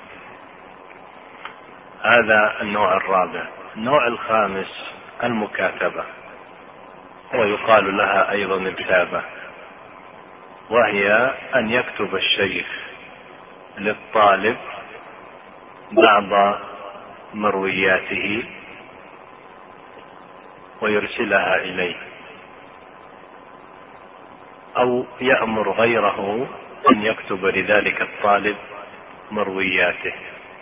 هذا النوع الرابع. النوع الخامس المكاتبة، ويقال لها أيضا الكتابة، وهي أن يكتب الشيخ للطالب بعض مروياته ويرسلها إليه، أو يأمر غيره أن يكتب لذلك الطالب مروياته.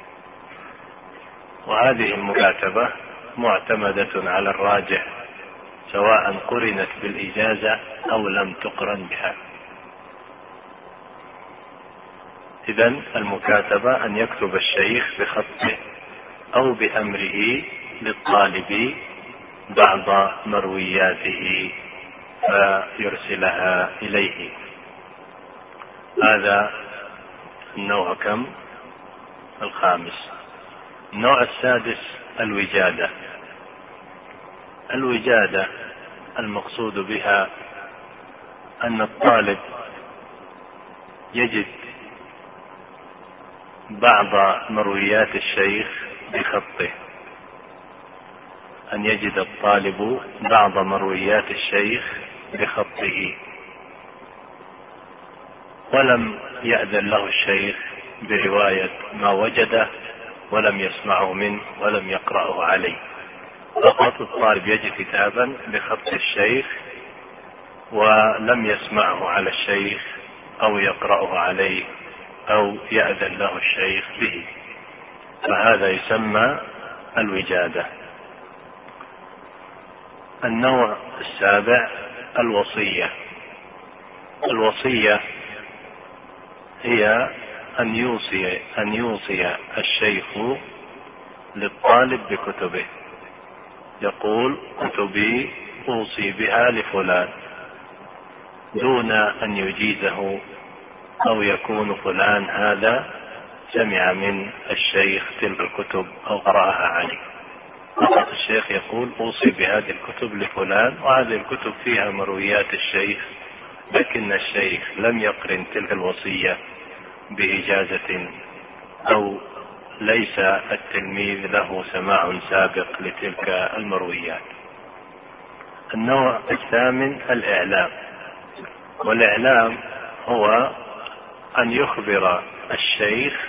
وهذه المكاتبة معتمدة على الراجح، سواء قرنت بالإجازة أو لم تقرن بها. إذن المكاتبة أن يكتب الشيخ بخطه أو بأمره للطالب بعض مروياته فيرسلها إليه. هذا النوع كم؟ الخامس. النوع السادس الوجادة. الوجادة المقصود بها أن الطالب يجد بعض مرويات الشيخ بخطه، أن يجد الطالب بعض مرويات الشيخ بخطه، ولم يأذن له الشيخ برواية ما وجده ولم يسمعه منه ولم يقرأه عليه، فقط الطالب يجد كتابا بخط الشيخ ولم يسمعه على الشيخ أو يقرأه عليه أو يأذن له الشيخ به، فهذا يسمى الوجادة. النوع السابع الوصية. الوصية هي أن يوصي الشيخ للطالب بكتبه، يقول: كتبي أوصي بها لفلان، دون أن يجيزه أو يكون فلان هذا سمع من الشيخ تلك الكتب أو قرأها عليه. فقط الشيخ يقول: أوصي بهذه الكتب لفلان، وهذه الكتب فيها مرويات الشيخ، لكن الشيخ لم يقرن تلك الوصية بإجازة، أو ليس التلميذ له سماع سابق لتلك المرويات. النوع الثامن الإعلام. والإعلام هو أن يخبر الشيخ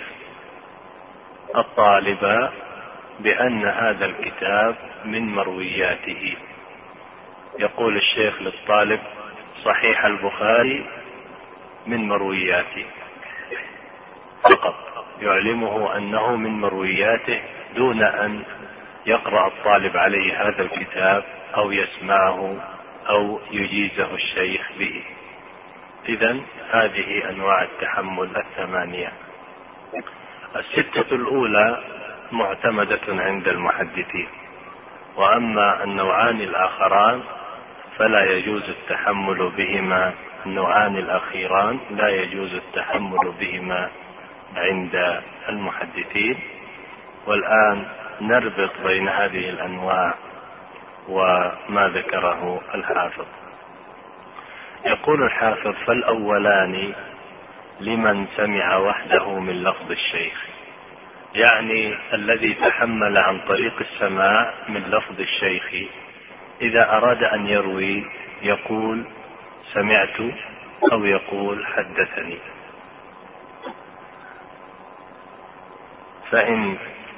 الطالب بأن هذا الكتاب من مروياته. يقول الشيخ للطالب: صحيح البخاري من مروياته، فقط يعلمه أنه من مروياته دون أن يقرأ الطالب عليه هذا الكتاب أو يسمعه أو يجيزه الشيخ به. إذن هذه أنواع التحمل الثمانية. الستة الأولى معتمدة عند المحدثين، وأما النوعان الآخران فلا يجوز التحمل بهما. النوعان الأخيران لا يجوز التحمل بهما عند المحدثين. والآن نربط بين هذه الأنواع وما ذكره الحافظ. يقول الحافظ: فالأولان لمن سمع وحده من لفظ الشيخ، يعني الذي تحمل عن طريق السماع من لفظ الشيخ إذا أراد أن يروي يقول سمعت أو يقول حدثني. فإن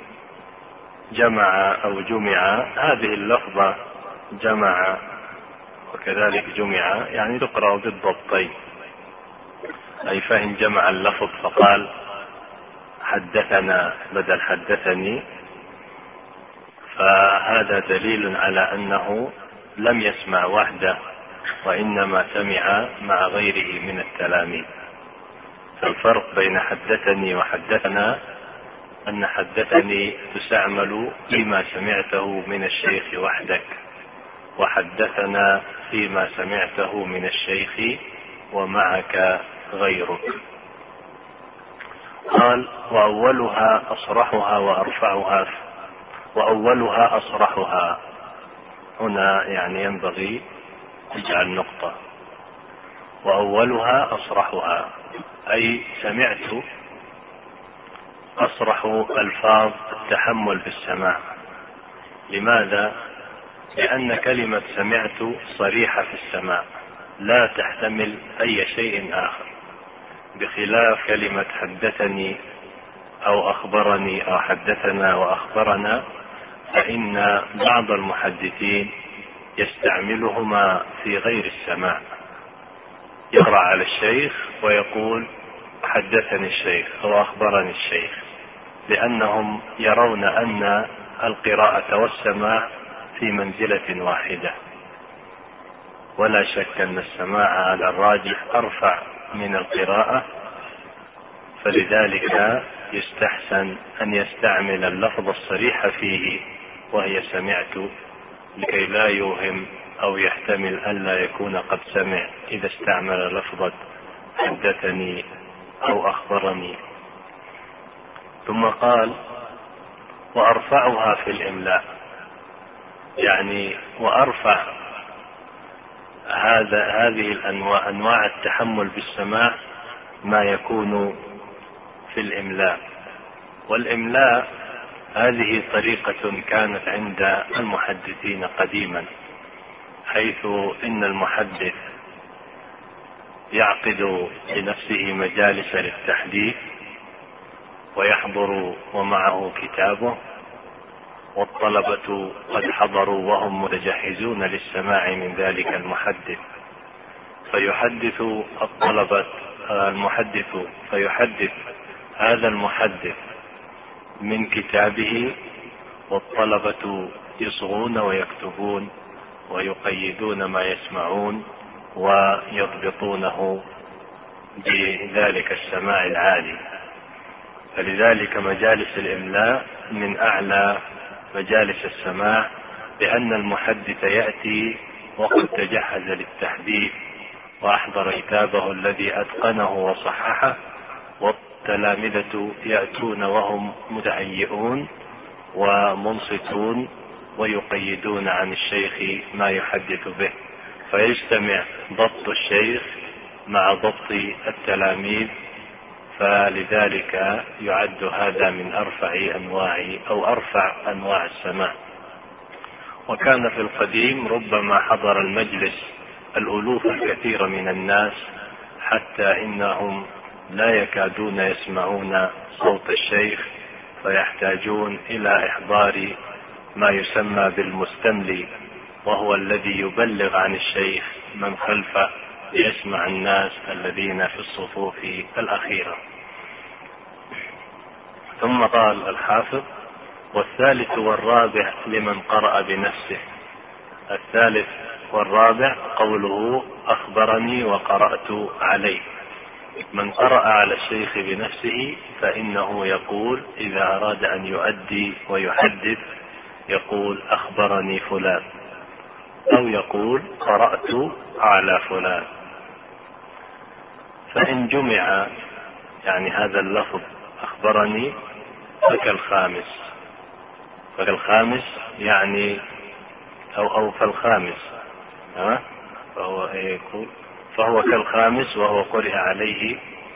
جمع أو جمع هذه اللفظة، جمع وكذلك جمع، يعني تقرأ بالضبطين. أي فإن جمع اللفظ فقال حدثنا بدل حدثني، فهذا دليل على أنه لم يسمع وحده وإنما سمع مع غيره من التلاميذ. فالفرق بين حدثني وحدثنا أن حدثني تستعمل فيما سمعته من الشيخ وحدك، وحدثنا فيما سمعته من الشيخ ومعك غيرك. قال: وأولها أصرحها وأرفعها. وأولها أصرحها، هنا يعني ينبغي تجعل نقطة. وأولها أصرحها أي سمعت أصرح ألفاظ التحمل بالسماع. لماذا؟ لأن كلمة سمعت صريحة في السماع، لا تحتمل أي شيء آخر، بخلاف كلمة حدثني أو أخبرني أو حدثنا وأخبرنا، فإن بعض المحدثين يستعملهما في غير السماع. يقرأ على الشيخ ويقول حدثني الشيخ أو أخبرني الشيخ، لأنهم يرون أن القراءة والسماع في منزلة واحدة. ولا شك أن السماع على الراجح أرفع من القراءة، فلذلك يستحسن أن يستعمل اللفظ الصريح فيه وهي سمعت، لكي لا يوهم أو يحتمل أن لا يكون قد سمع إذا استعمل لفظة حدثني أو أخبرني. ثم قال: وأرفعها في الإملاء، يعني وأرفع هذه الأنواع، أنواع التحمل بالسماع، ما يكون في الإملاء. والإملاء هذه طريقة كانت عند المحدثين قديما، حيث إن المحدث يعقد لنفسه مجالس للتحديث ويحضر ومعه كتابه، والطلبة قد حضروا وهم متجهزون للسماع من ذلك المحدث، فيحدث الطلبة المحدث فيحدث هذا المحدث من كتابه، والطلبة يصغون ويكتبون ويقيدون ما يسمعون ويضبطونه بذلك السماع العالي. فلذلك مجالس الإملاء من أعلى مجالس السماع، لأن المحدث يأتي وقد تجهز للتحديث وأحضر كتابه الذي أتقنه وصححه، والتلامذة يأتون وهم متهيئون ومنصتون ويقيدون عن الشيخ ما يحدث به، فيجتمع ضبط الشيخ مع ضبط التلاميذ. فلذلك يعد هذا من أرفع أنواع السماع. وكان في القديم ربما حضر المجلس الألوف الكثير من الناس حتى إنهم لا يكادون يسمعون صوت الشيخ، فيحتاجون إلى إحضار ما يسمى بالمستملي، وهو الذي يبلغ عن الشيخ من خلفه ليسمع الناس الذين في الصفوف الأخيرة. ثم قال الحافظ: والثالث والرابع لمن قرأ بنفسه. الثالث والرابع قوله أخبرني وقرأت عليه. من قرأ على الشيخ بنفسه فإنه يقول إذا أراد أن يؤدي ويحدث يقول أخبرني فلان، أو يقول قرأت على فلان. فإن جمع يعني هذا اللفظ أخبرني فكالخامس يعني أو فالخامس، فهو كالخامس وهو قرئ عليه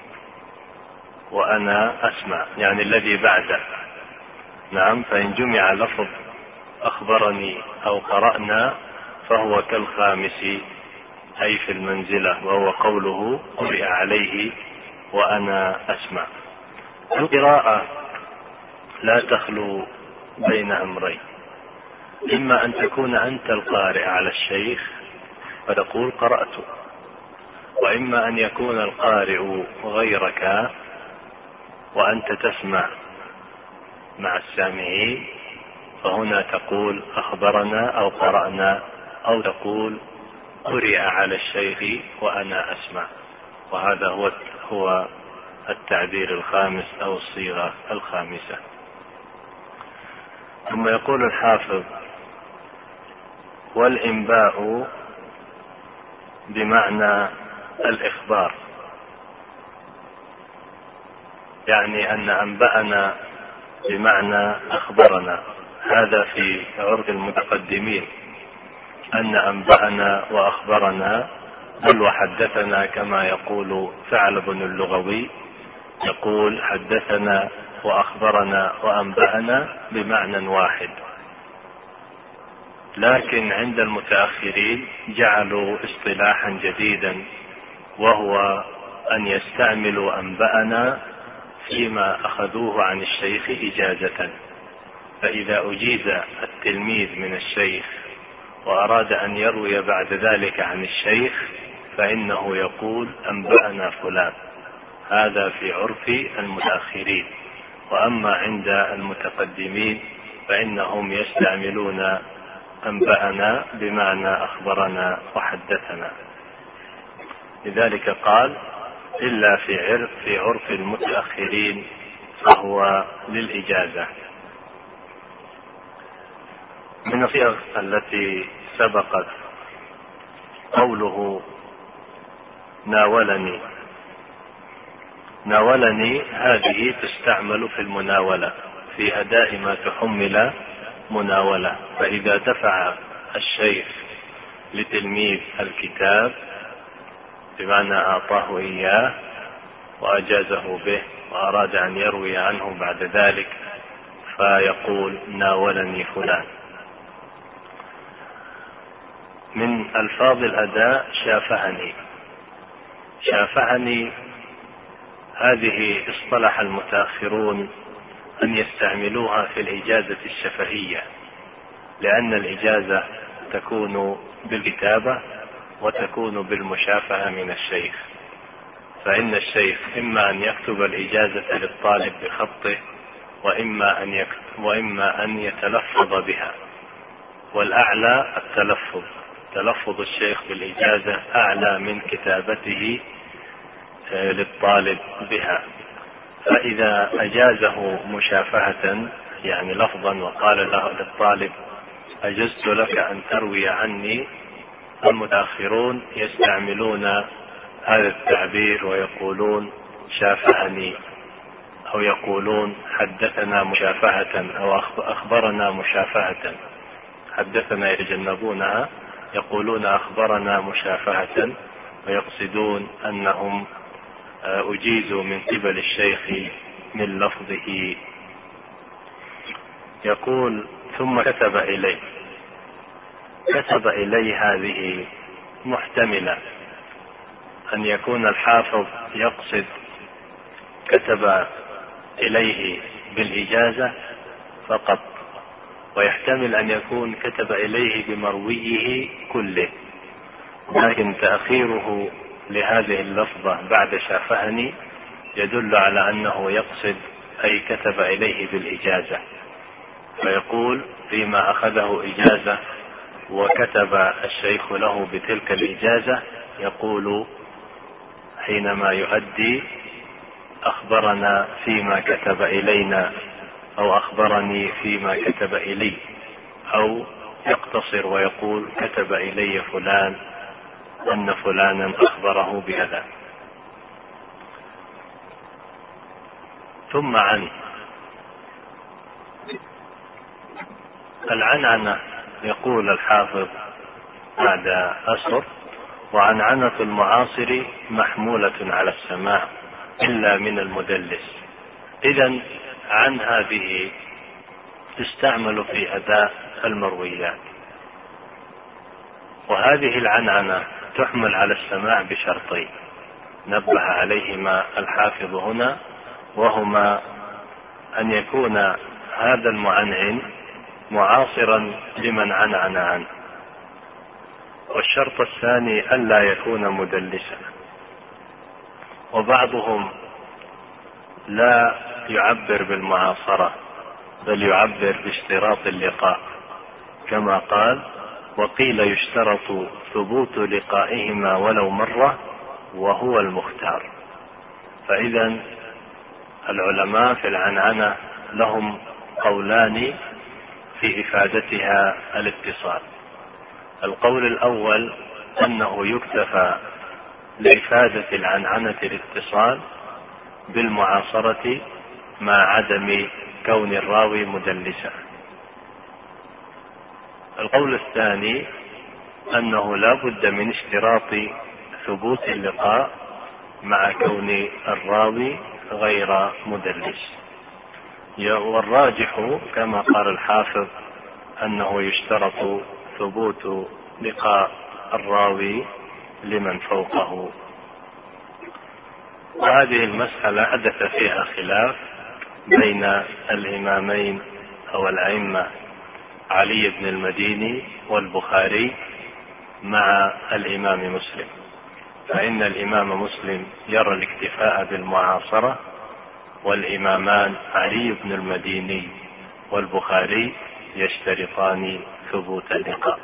وأنا أسمع، يعني الذي بعده. نعم، فإن جمع لفظ أخبرني أو قرأنا فهو كالخامس أي في المنزلة، وهو قوله قرئ عليه وأنا أسمع. القراءة لا تخلو بين أمرين: إما أن تكون أنت القارئ على الشيخ فتقول قرأت، وإما أن يكون القارئ غيرك وأنت تسمع مع السامعين، فهنا تقول أخبرنا أو قرأنا، أو تقول قرئ على الشيخ وأنا أسمع. وهذا هو التعبير الخامس أو الصيغة الخامسة. ثم يقول الحافظ: والإنباء بمعنى الإخبار، يعني أن أنبأنا بمعنى أخبرنا. هذا في عرف المتقدمين، أن أنبأنا وأخبرنا بل وحدثنا، كما يقول ثعلب اللغوي يقول حدثنا وأخبرنا وأنبأنا بمعنى واحد. لكن عند المتأخرين جعلوا اصطلاحا جديدا، وهو أن يستعملوا أنبأنا فيما أخذوه عن الشيخ إجازة. فإذا أجيز التلميذ من الشيخ وأراد أن يروي بعد ذلك عن الشيخ فإنه يقول أنبأنا فلان. هذا في عرف المتأخرين. وأما عند المتقدمين فإنهم يستعملون أنبأنا بمعنى أخبرنا وحدثنا. لذلك قال: إلا في عرف المتأخرين فهو للإجازة. من الصيغ التي سبقت قوله ناولني، هذه تستعمل في المناولة في أداء ما تحمل مناولة. فإذا دفع الشيخ لتلميذ الكتاب بمعنى أعطاه إياه وأجازه به وأراد أن يروي عنه بعد ذلك فيقول ناولني فلان. من ألفاظ الأداء شافهني، هذه اصطلح المتأخرون أن يستعملوها في الإجازة الشفهية، لأن الإجازة تكون بالكتابة وتكون بالمشافهة من الشيخ. فإن الشيخ إما أن يكتب الإجازة للطالب بخطه وإما أن يتلفظ بها، والأعلى تلفظ الشيخ بالإجازة أعلى من كتابته للطالب بها. فإذا أجازه مشافهة يعني لفظا وقال له للطالب أجزت لك أن تروي عني، المتأخرون يستعملون هذا التعبير ويقولون شافهني، أو يقولون حدثنا مشافهة أو أخبرنا مشافهة. حدثنا يتجنبونها، يقولون أخبرنا مشافهة، ويقصدون أنهم أجيزوا من قبل الشيخ من لفظه. يقول ثم كتب إليه، كتب إلي هذه محتملة، أن يكون الحافظ يقصد كتب إليه بالإجازة فقط، ويحتمل أن يكون كتب إليه بمرويه كله، لكن تأخيره لهذه اللفظة بعد شافهني يدل على أنه يقصد أي كتب إليه بالإجازة، فيقول فيما أخذه إجازة وكتب الشيخ له بتلك الإجازة، يقول حينما يؤدي أخبرنا فيما كتب إلينا، أو أخبرني فيما كتب إلي، أو يقتصر ويقول كتب إلي فلان أن فلانا أخبره بهذا. ثم عن العنعنة يقول الحافظ بعد أسر: وعنعنة المعاصر محمولة على السماع إلا من المدلس. إذن عن هذه تستعمل في أداء المرويات، وهذه العنعنة تحمل على السماع بشرطين نبه عليهما الحافظ هنا، وهما أن يكون هذا المعنعن معاصرا لمن عنعن عنه، والشرط الثاني ألا يكون مدلسا. وبعضهم لا يعبر بالمعاصرة بل يعبر باشتراط اللقاء، كما قال: وقيل يشترط ثبوت لقائهما ولو مرة وهو المختار. فإذا العلماء في العنعنة لهم قولان في إفادتها الاتصال. القول الأول أنه يكتفى لإفادة العنعنة الاتصال بالمعاصرة مع عدم كون الراوي مدلسا. القول الثاني أنه لا بد من اشتراط ثبوت اللقاء مع كون الراوي غير مدلس، والراجح كما قال الحافظ أنه يشترط ثبوت لقاء الراوي لمن فوقه. وهذه المسألة حدث فيها خلاف بين الإمامين أو الأئمة علي بن المديني والبخاري مع الإمام مسلم، فإن الإمام مسلم يرى الاكتفاء بالمعاصرة، والإمامان علي بن المديني والبخاري يشترطان ثبوت اللقاء.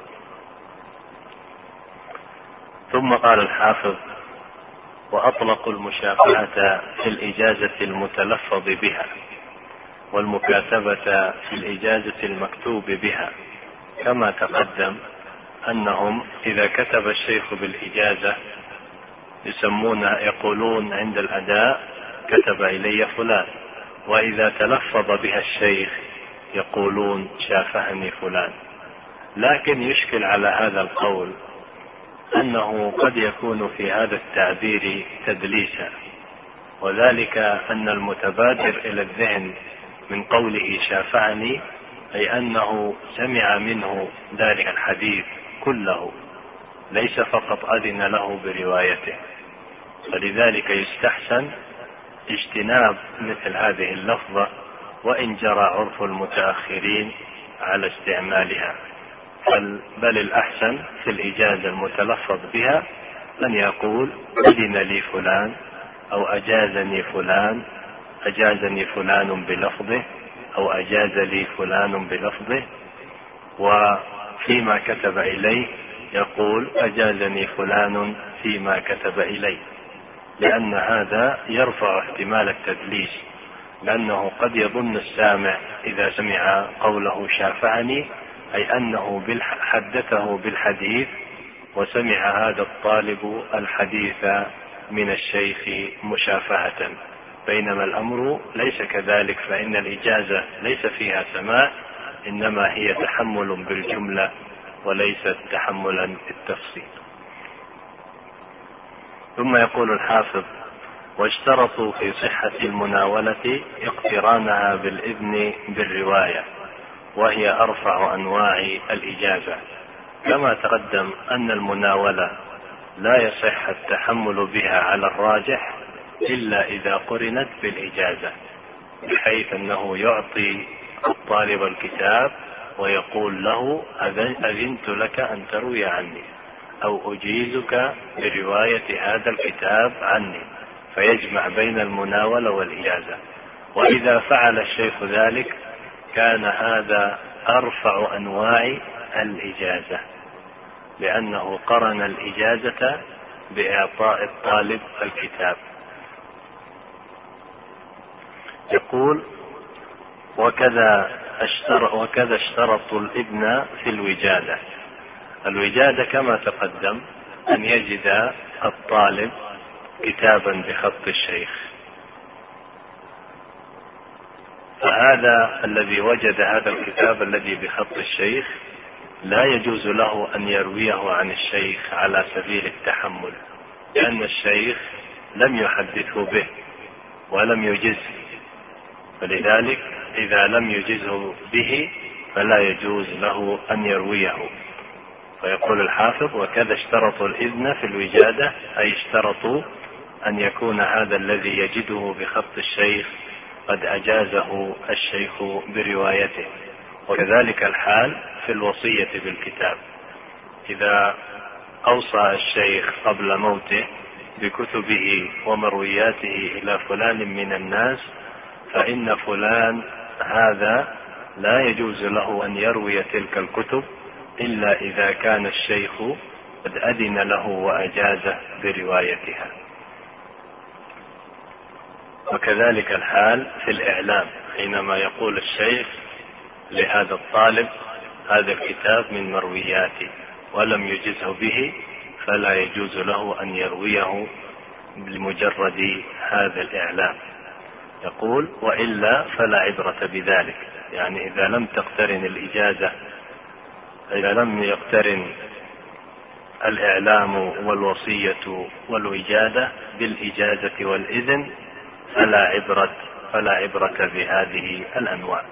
ثم قال الحافظ: وأطلقوا المشافهة في الإجازة المتلفظ بها، والمكاتبة في الإجازة المكتوب بها، كما تقدم أنهم إذا كتب الشيخ بالإجازة يقولون عند الأداء كتب إلي فلان، وإذا تلفظ بها الشيخ يقولون شافهني فلان. لكن يشكل على هذا القول أنه قد يكون في هذا التعبير تدليسا، وذلك أن المتبادر إلى الذهن من قوله شافعني أي أنه سمع منه ذلك الحديث كله، ليس فقط أذن له بروايته، فلذلك يستحسن اجتناب مثل هذه اللفظة، وإن جرى عرف المتأخرين على استعمالها، بل الأحسن في الإجازة المتلفظ بها أن يقول أذن لي فلان، أو أجازني فلان، أجازني فلان بلفظه، أو أجاز لي فلان بلفظه. وفيما كتب إليه يقول أجازني فلان فيما كتب إليه، لأن هذا يرفع احتمال التدليس، لأنه قد يظن السامع إذا سمع قوله شافعني أي أنه حدثه بالحديث، وسمع هذا الطالب الحديث من الشيخ مشافهة، بينما الأمر ليس كذلك، فإن الإجازة ليس فيها سماع، إنما هي تحمل بالجملة وليست تحملا بالتفصيل. ثم يقول الحافظ: واشترطوا في صحة المناولة اقترانها بالإذن بالرواية، وهي أرفع أنواع الإجازة، كما تقدم أن المناولة لا يصح التحمل بها على الراجح إلا إذا قرنت بالإجازة، بحيث أنه يعطي الطالب الكتاب ويقول له أذنت لك أن تروي عني، أو أجيزك برواية هذا الكتاب عني، فيجمع بين المناولة والإجازة. وإذا فعل الشيخ ذلك كان هذا أرفع أنواع الإجازة، لأنه قرن الإجازة بإعطاء الطالب الكتاب. يقول: وكذا اشترط الابن في الوجادة. الوجادة كما تقدم أن يجد الطالب كتابا بخط الشيخ، فهذا الذي وجد هذا الكتاب الذي بخط الشيخ لا يجوز له أن يرويه عن الشيخ على سبيل التحمل، لأن الشيخ لم يحدثه به ولم يجزه، فلذلك إذا لم يجزه به فلا يجوز له أن يرويه. فيقول الحافظ: وكذا اشترطوا الإذن في الوجادة، أي اشترطوا أن يكون هذا الذي يجده بخط الشيخ قد أجازه الشيخ بروايته. وكذلك الحال في الوصية بالكتاب، إذا أوصى الشيخ قبل موته بكتبه ومروياته إلى فلان من الناس، فإن فلان هذا لا يجوز له أن يروي تلك الكتب إلا إذا كان الشيخ قد أذن له وأجازه بروايتها. وكذلك الحال في الإعلام، حينما يقول الشيخ لهذا الطالب: هذا الكتاب من مروياتي، ولم يجزه به، فلا يجوز له أن يرويه بمجرد هذا الإعلام. يقول: وإلا فلا عبرة بذلك، يعني إذا لم تقترن الإجازة، إذا لم يقترن الإعلام والوصية والوجادة بالإجازة والإذن فلا عبرة بهذه الأنواع،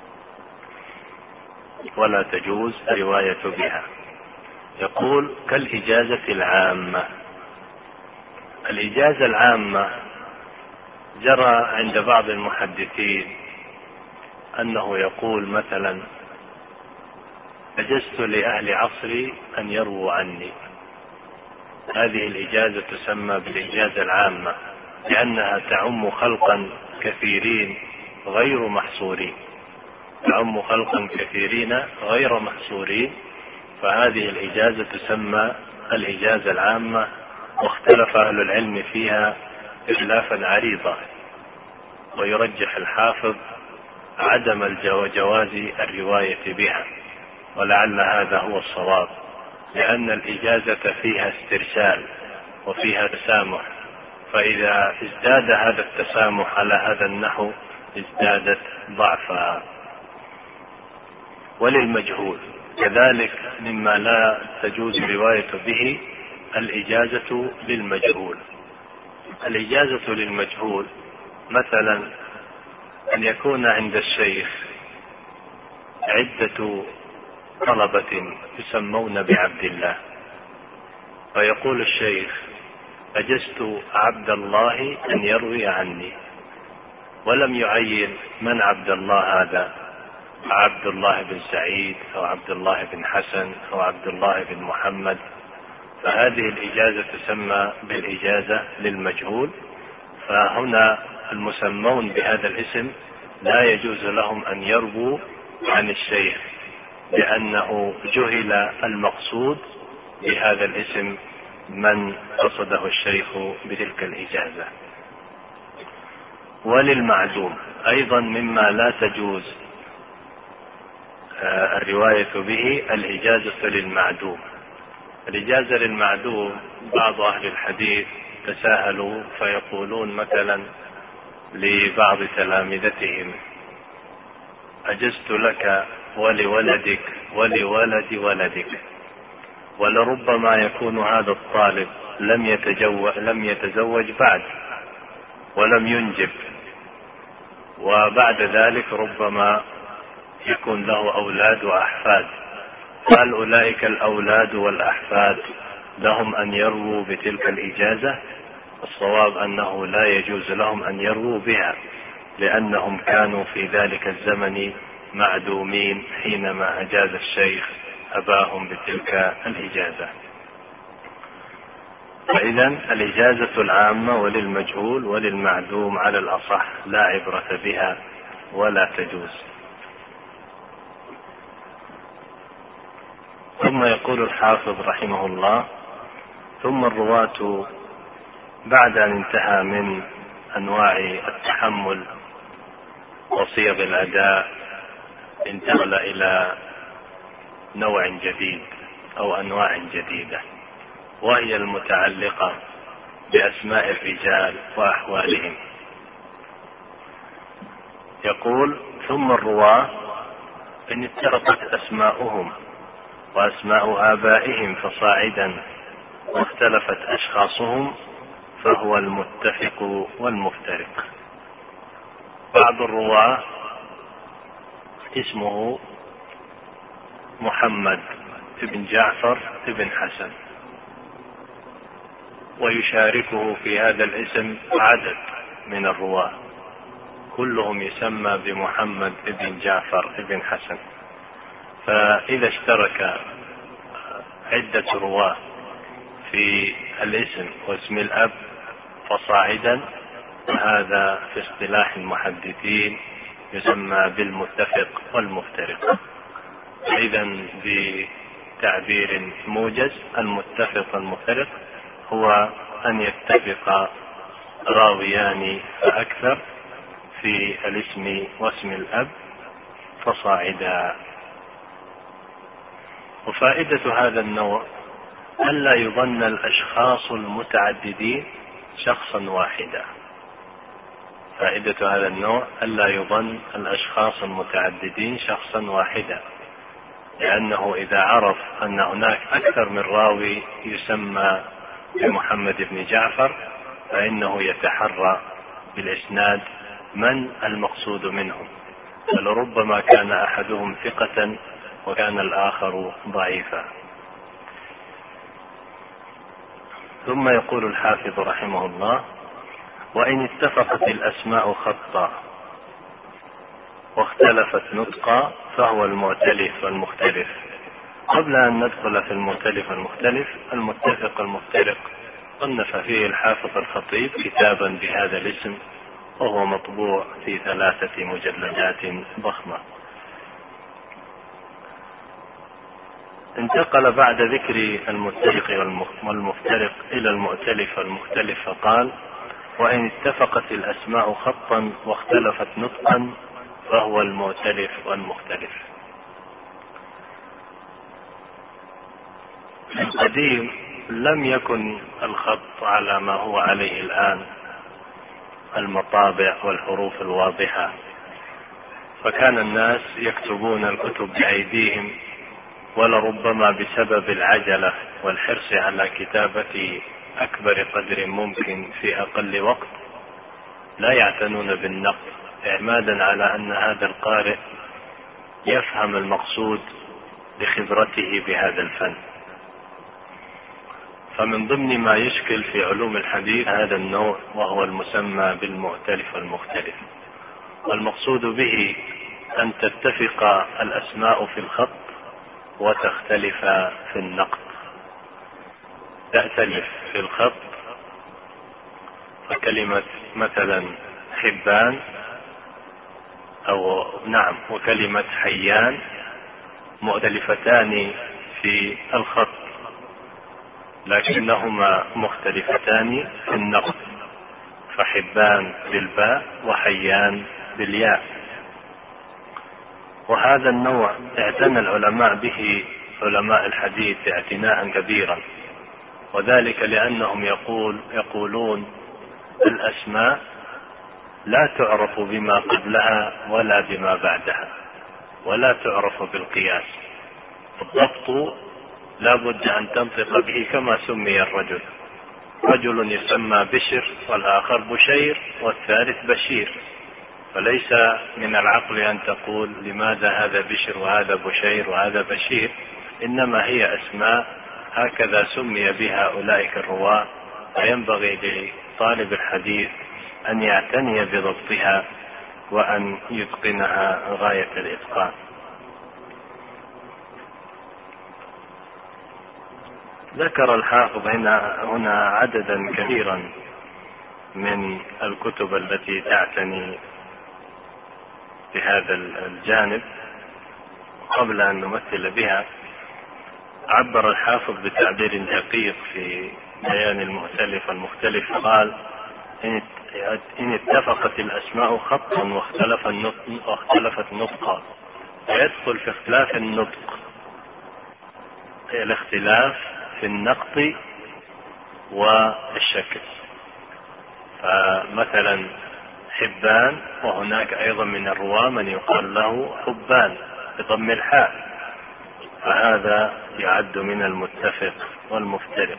ولا تجوز الرواية بها. يقول: كالإجازة العامة. الإجازة العامة جرى عند بعض المحدثين أنه يقول مثلا: أجزت لأهل عصري أن يرووا عني. هذه الإجازة تسمى بالإجازة العامة، لأنها تعم خلقا كثيرين غير محصورين، تعم خلقا كثيرين غير محصورين، فهذه الإجازة تسمى الإجازة العامة. واختلف أهل العلم فيها اختلافا عريضا، ويرجح الحافظ عدم جواز الرواية بها، ولعل هذا هو الصواب، لأن الإجازة فيها استرسال وفيها تسامح، فإذا ازداد هذا التسامح على هذا النحو ازدادت ضعفها. وللمجهول كذلك مما لا تجوز الرواية به الإجازة للمجهول. الإجازة للمجهول مثلا أن يكون عند الشيخ عدة طلبة يسمون بعبد الله، فيقول الشيخ: أجزت عبد الله أن يروي عني، ولم يعين من عبد الله هذا، عبد الله بن سعيد أو عبد الله بن حسن أو عبد الله بن محمد، فهذه الإجازة تسمى بالإجازة للمجهول. فهنا المسمون بهذا الاسم لا يجوز لهم أن يرووا عن الشيخ، لأنه جهل المقصود بهذا الاسم من قصده الشيخ بتلك الإجازة. وللمعدوم أيضا مما لا تجوز الرواية به الإجازة للمعدوم. الإجازة للمعدوم بعض أهل الحديث تساهلوا فيقولون مثلا لبعض تلامذتهم: أجزت لك ولولدك ولولد ولدك. ولربما يكون هذا الطالب لم يتزوج بعد ولم ينجب، وبعد ذلك ربما يكون له أولاد وأحفاد، فهل أولئك الأولاد والأحفاد لهم أن يرووا بتلك الإجازة؟ الصواب أنه لا يجوز لهم أن يرووا بها، لأنهم كانوا في ذلك الزمن معدومين حينما أجاز الشيخ أباهم بتلك الإجازة. فإذا الإجازة العامة وللمجهول وللمعدوم على الأصح لا عبرة بها ولا تجوز. ثم يقول الحافظ رحمه الله: ثم الرواة بعد أن انتهى من أنواع التحمل وصيغ الأداء انتقل إلى نوع جديد أو أنواع جديدة، وهي المتعلقة بأسماء الرجال وأحوالهم. يقول: ثم الرواة إن اتفقت أسماؤهم وأسماء آبائهم فصاعدا واختلفت أشخاصهم فهو المتفق والمفترق. بعض الرواة اسمه محمد بن جعفر بن حسن، ويشاركه في هذا الاسم عدد من الرواة كلهم يسمى بمحمد بن جعفر بن حسن. فإذا اشترك عدة رواة في الاسم واسم الأب فصاعدا، وهذا في اصطلاح المحدثين يسمى بالمتفق والمفترق. إذا بتعبير موجز المتفق والمفترق هو أن يتفق راويان فأكثر في الاسم واسم الأب فصاعدا. وفائدة هذا النوع ألا يظن الأشخاص المتعددين شخصا واحدا. فائدة هذا النوع ألا يظن الأشخاص المتعددين شخصا واحدا، لأنه إذا عرف أن هناك أكثر من راوي يسمى بمحمد بن جعفر فإنه يتحرى بالإسناد من المقصود منهم، فلربما كان أحدهم ثقة وكان الآخر ضعيفا. ثم يقول الحافظ رحمه الله: وإن اتفقت الأسماء خطا واختلفت نطقا فهو المؤتلف والمختلف. قبل أن ندخل في المؤتلف والمختلف، المتفق والمفترق صنف فيه الحافظ الخطيب كتابا بهذا الاسم، وهو مطبوع في 3 مجلدات ضخمة. انتقل بعد ذكر المتفق والمفترق إلى المؤتلف والمختلف فقال: وإن اتفقت الأسماء خطا واختلفت نطقا فهو المؤتلف والمختلف. في القديم لم يكن الخط على ما هو عليه الآن، المطابع والحروف الواضحة، فكان الناس يكتبون الكتب بأيديهم، ولربما بسبب العجلة والحرص على كتابة أكبر قدر ممكن في أقل وقت لا يعتنون بالنقد، اعتمادا على أن هذا القارئ يفهم المقصود لخبرته بهذا الفن. فمن ضمن ما يشكل في علوم الحديث هذا النوع، وهو المسمى بالمؤتلف والمختلف. والمقصود به أن تتفق الأسماء في الخط وتختلف في النقد. تأتلف في الخط، فكلمة مثلا حبان وكلمة حيان مؤتلفتان في الخط، لكنهما مختلفتان في النقد، فحبان بالباء وحيان بالياء. وهذا النوع اعتنى العلماء به، علماء الحديث، اعتناء كبيرا، وذلك لأنهم يقولون الأسماء لا تعرف بما قبلها ولا بما بعدها، ولا تعرف بالقياس. الضبط لا بد أن تنطق به كما سمي الرجل. رجل يسمى بشر والآخر بشير والثالث بشير، فليس من العقل أن تقول لماذا هذا بشر وهذا بشير وهذا بشير، إنما هي أسماء هكذا سمي بها أولئك الرواة، فينبغي لطالب الحديث أن يعتني بضبطها وأن يتقنها غاية الإتقان. ذكر الحافظ هنا عددا كثيرا من الكتب التي تعتني بهذا الجانب. قبل أن نمثل بها، عبر الحافظ بتعبير دقيق في بيان المؤتلف المختلف، قال: إن اتفقت الأسماء خطا واختلفت نطقا، فيدخل في اختلاف النطق الاختلاف في النقط والشكل. فمثلا حبان، وهناك أيضا من الرواة من يقال له حبان بضم الحاء، فهذا يعد من المتفق والمفترق.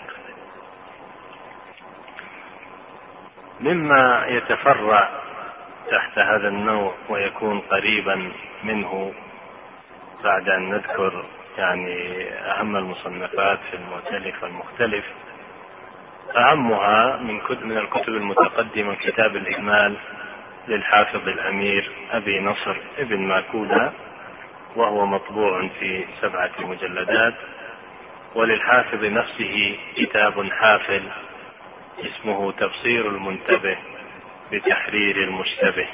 مما يتفرع تحت هذا النوع ويكون قريبا منه بعد أن نذكر يعني أهم المصنفات في المؤتلف والمختلف، أهمها من الكتب المتقدمة كتاب الإجمال للحافظ الأمير أبي نصر ابن ماكولة، وهو مطبوع في 7 مجلدات. وللحافظ نفسه كتاب حافل اسمه تبصير المنتبه بتحرير المشتبه،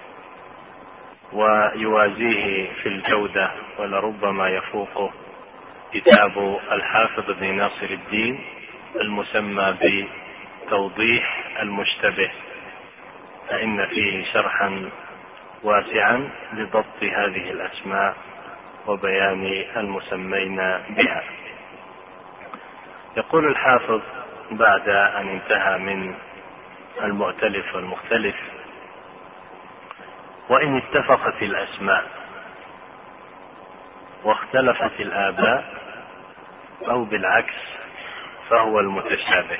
ويوازيه في الجودة ولربما يفوقه كتاب الحافظ ابن ناصر الدين المسمى بتوضيح المشتبه، فإن فيه شرحا واسعا لضبط هذه الأسماء وبيان المسمين بها. يقول الحافظ بعد أن انتهى من المؤتلف والمختلف: وإن اتفقت الأسماء واختلفت الآباء أو بالعكس فهو المتشابه.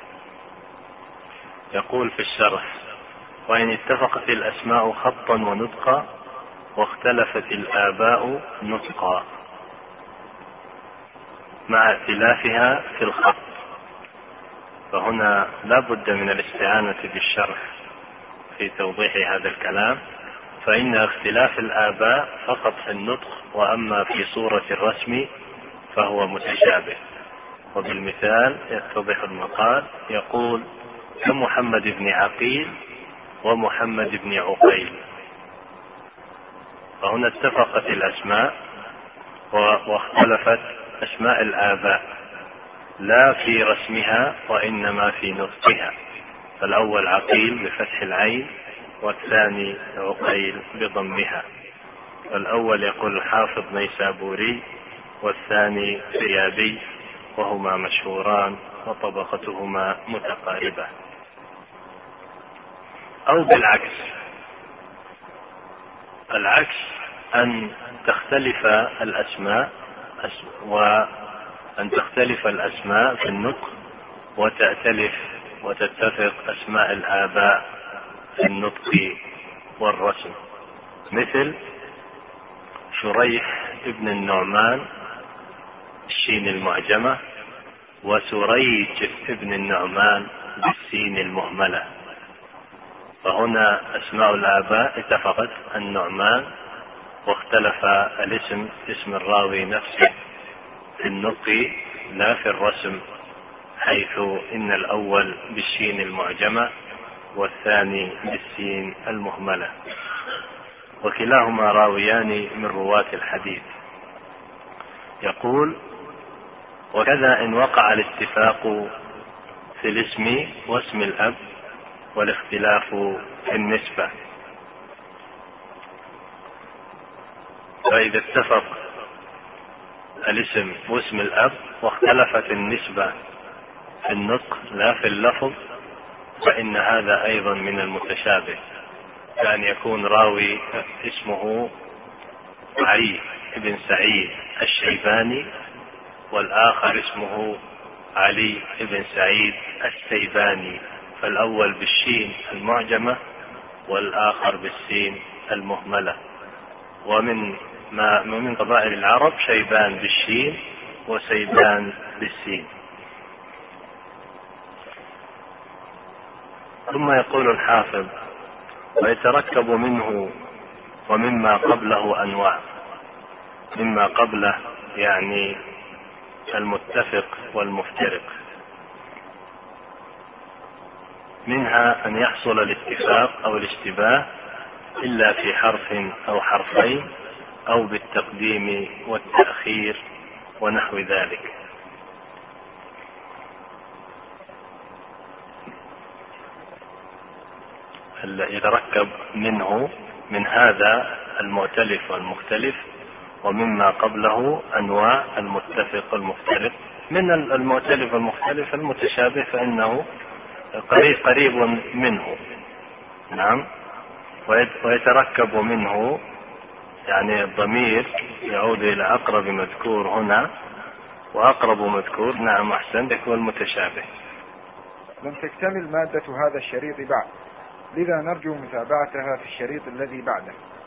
يقول في الشرح: وإن اتفقت الأسماء خطا ونطقا واختلفت الآباء نطقا مع اختلافها في الخط. فهنا لا بد من الاستعانة بالشرح في توضيح هذا الكلام، فإن اختلاف الآباء فقط في النطق، وأما في صورة الرسم فهو متشابه. وبالمثال يتضح المقال، يقول: كمحمد بن عقيل ومحمد بن عقيل. فهنا اتفقت الأسماء واختلفت أسماء الآباء، لا في رسمها وإنما في نطقها. فالأول عقيل بفتح العين، والثاني عقيل بضمها. فالأول يقول الحافظ نيسابوري، والثاني ثيابي، وهما مشهوران وطبقتهما متقاربة. أو بالعكس، العكس أن تختلف الأسماء وأن تختلف الأسماء في النطق وتتفق أسماء الآباء في النطق والرسم، مثل شريح ابن النعمان بالشين المعجمة، وسريج ابن النعمان بالسين المهملة. فهنا أسماء الآباء اتفقت النعمان، واختلف الاسم اسم الراوي نفسه في النطق لا في الرسم، حيث إن الأول بالشين المعجمة والثاني بالسين المهملة، وكلاهما راويان من رواة الحديث. يقول: وكذا إن وقع الاتفاق في الاسم واسم الأب والاختلاف في النسبة. فإذا اتفق الاسم واسم الأب واختلفت النسبة في النطق لا في اللفظ، فإن هذا أيضا من المتشابه، كأن يكون راوي اسمه علي بن سعيد الشيباني، والآخر اسمه علي بن سعيد السيباني، فالأول بالشين المعجمة والآخر بالسين المهملة. ومن قبائل العرب شيبان بالشين وسيدان بالسين. ثم يقول الحافظ: ويتركب منه ومما قبله أنواع. مما قبله يعني المتفق والمفترق، منها أن يحصل الاتفاق أو الاشتباه إلا في حرف أو حرفين أو بالتقديم والتأخير ونحو ذلك. يتركب منه من هذا المؤتلف والمختلف، ومما قبله أنواع المتفق والمفترق. من المؤتلف والمختلف المتشابه فإنه قريب منه، نعم. ويتركب منه يعني الضمير يعود إلى أقرب مذكور هنا، وأقرب مذكور نعم أحسن هو المتشابه. لم تكتمل مادة هذا الشريط بعد، لذا نرجو متابعتها في الشريط الذي بعده.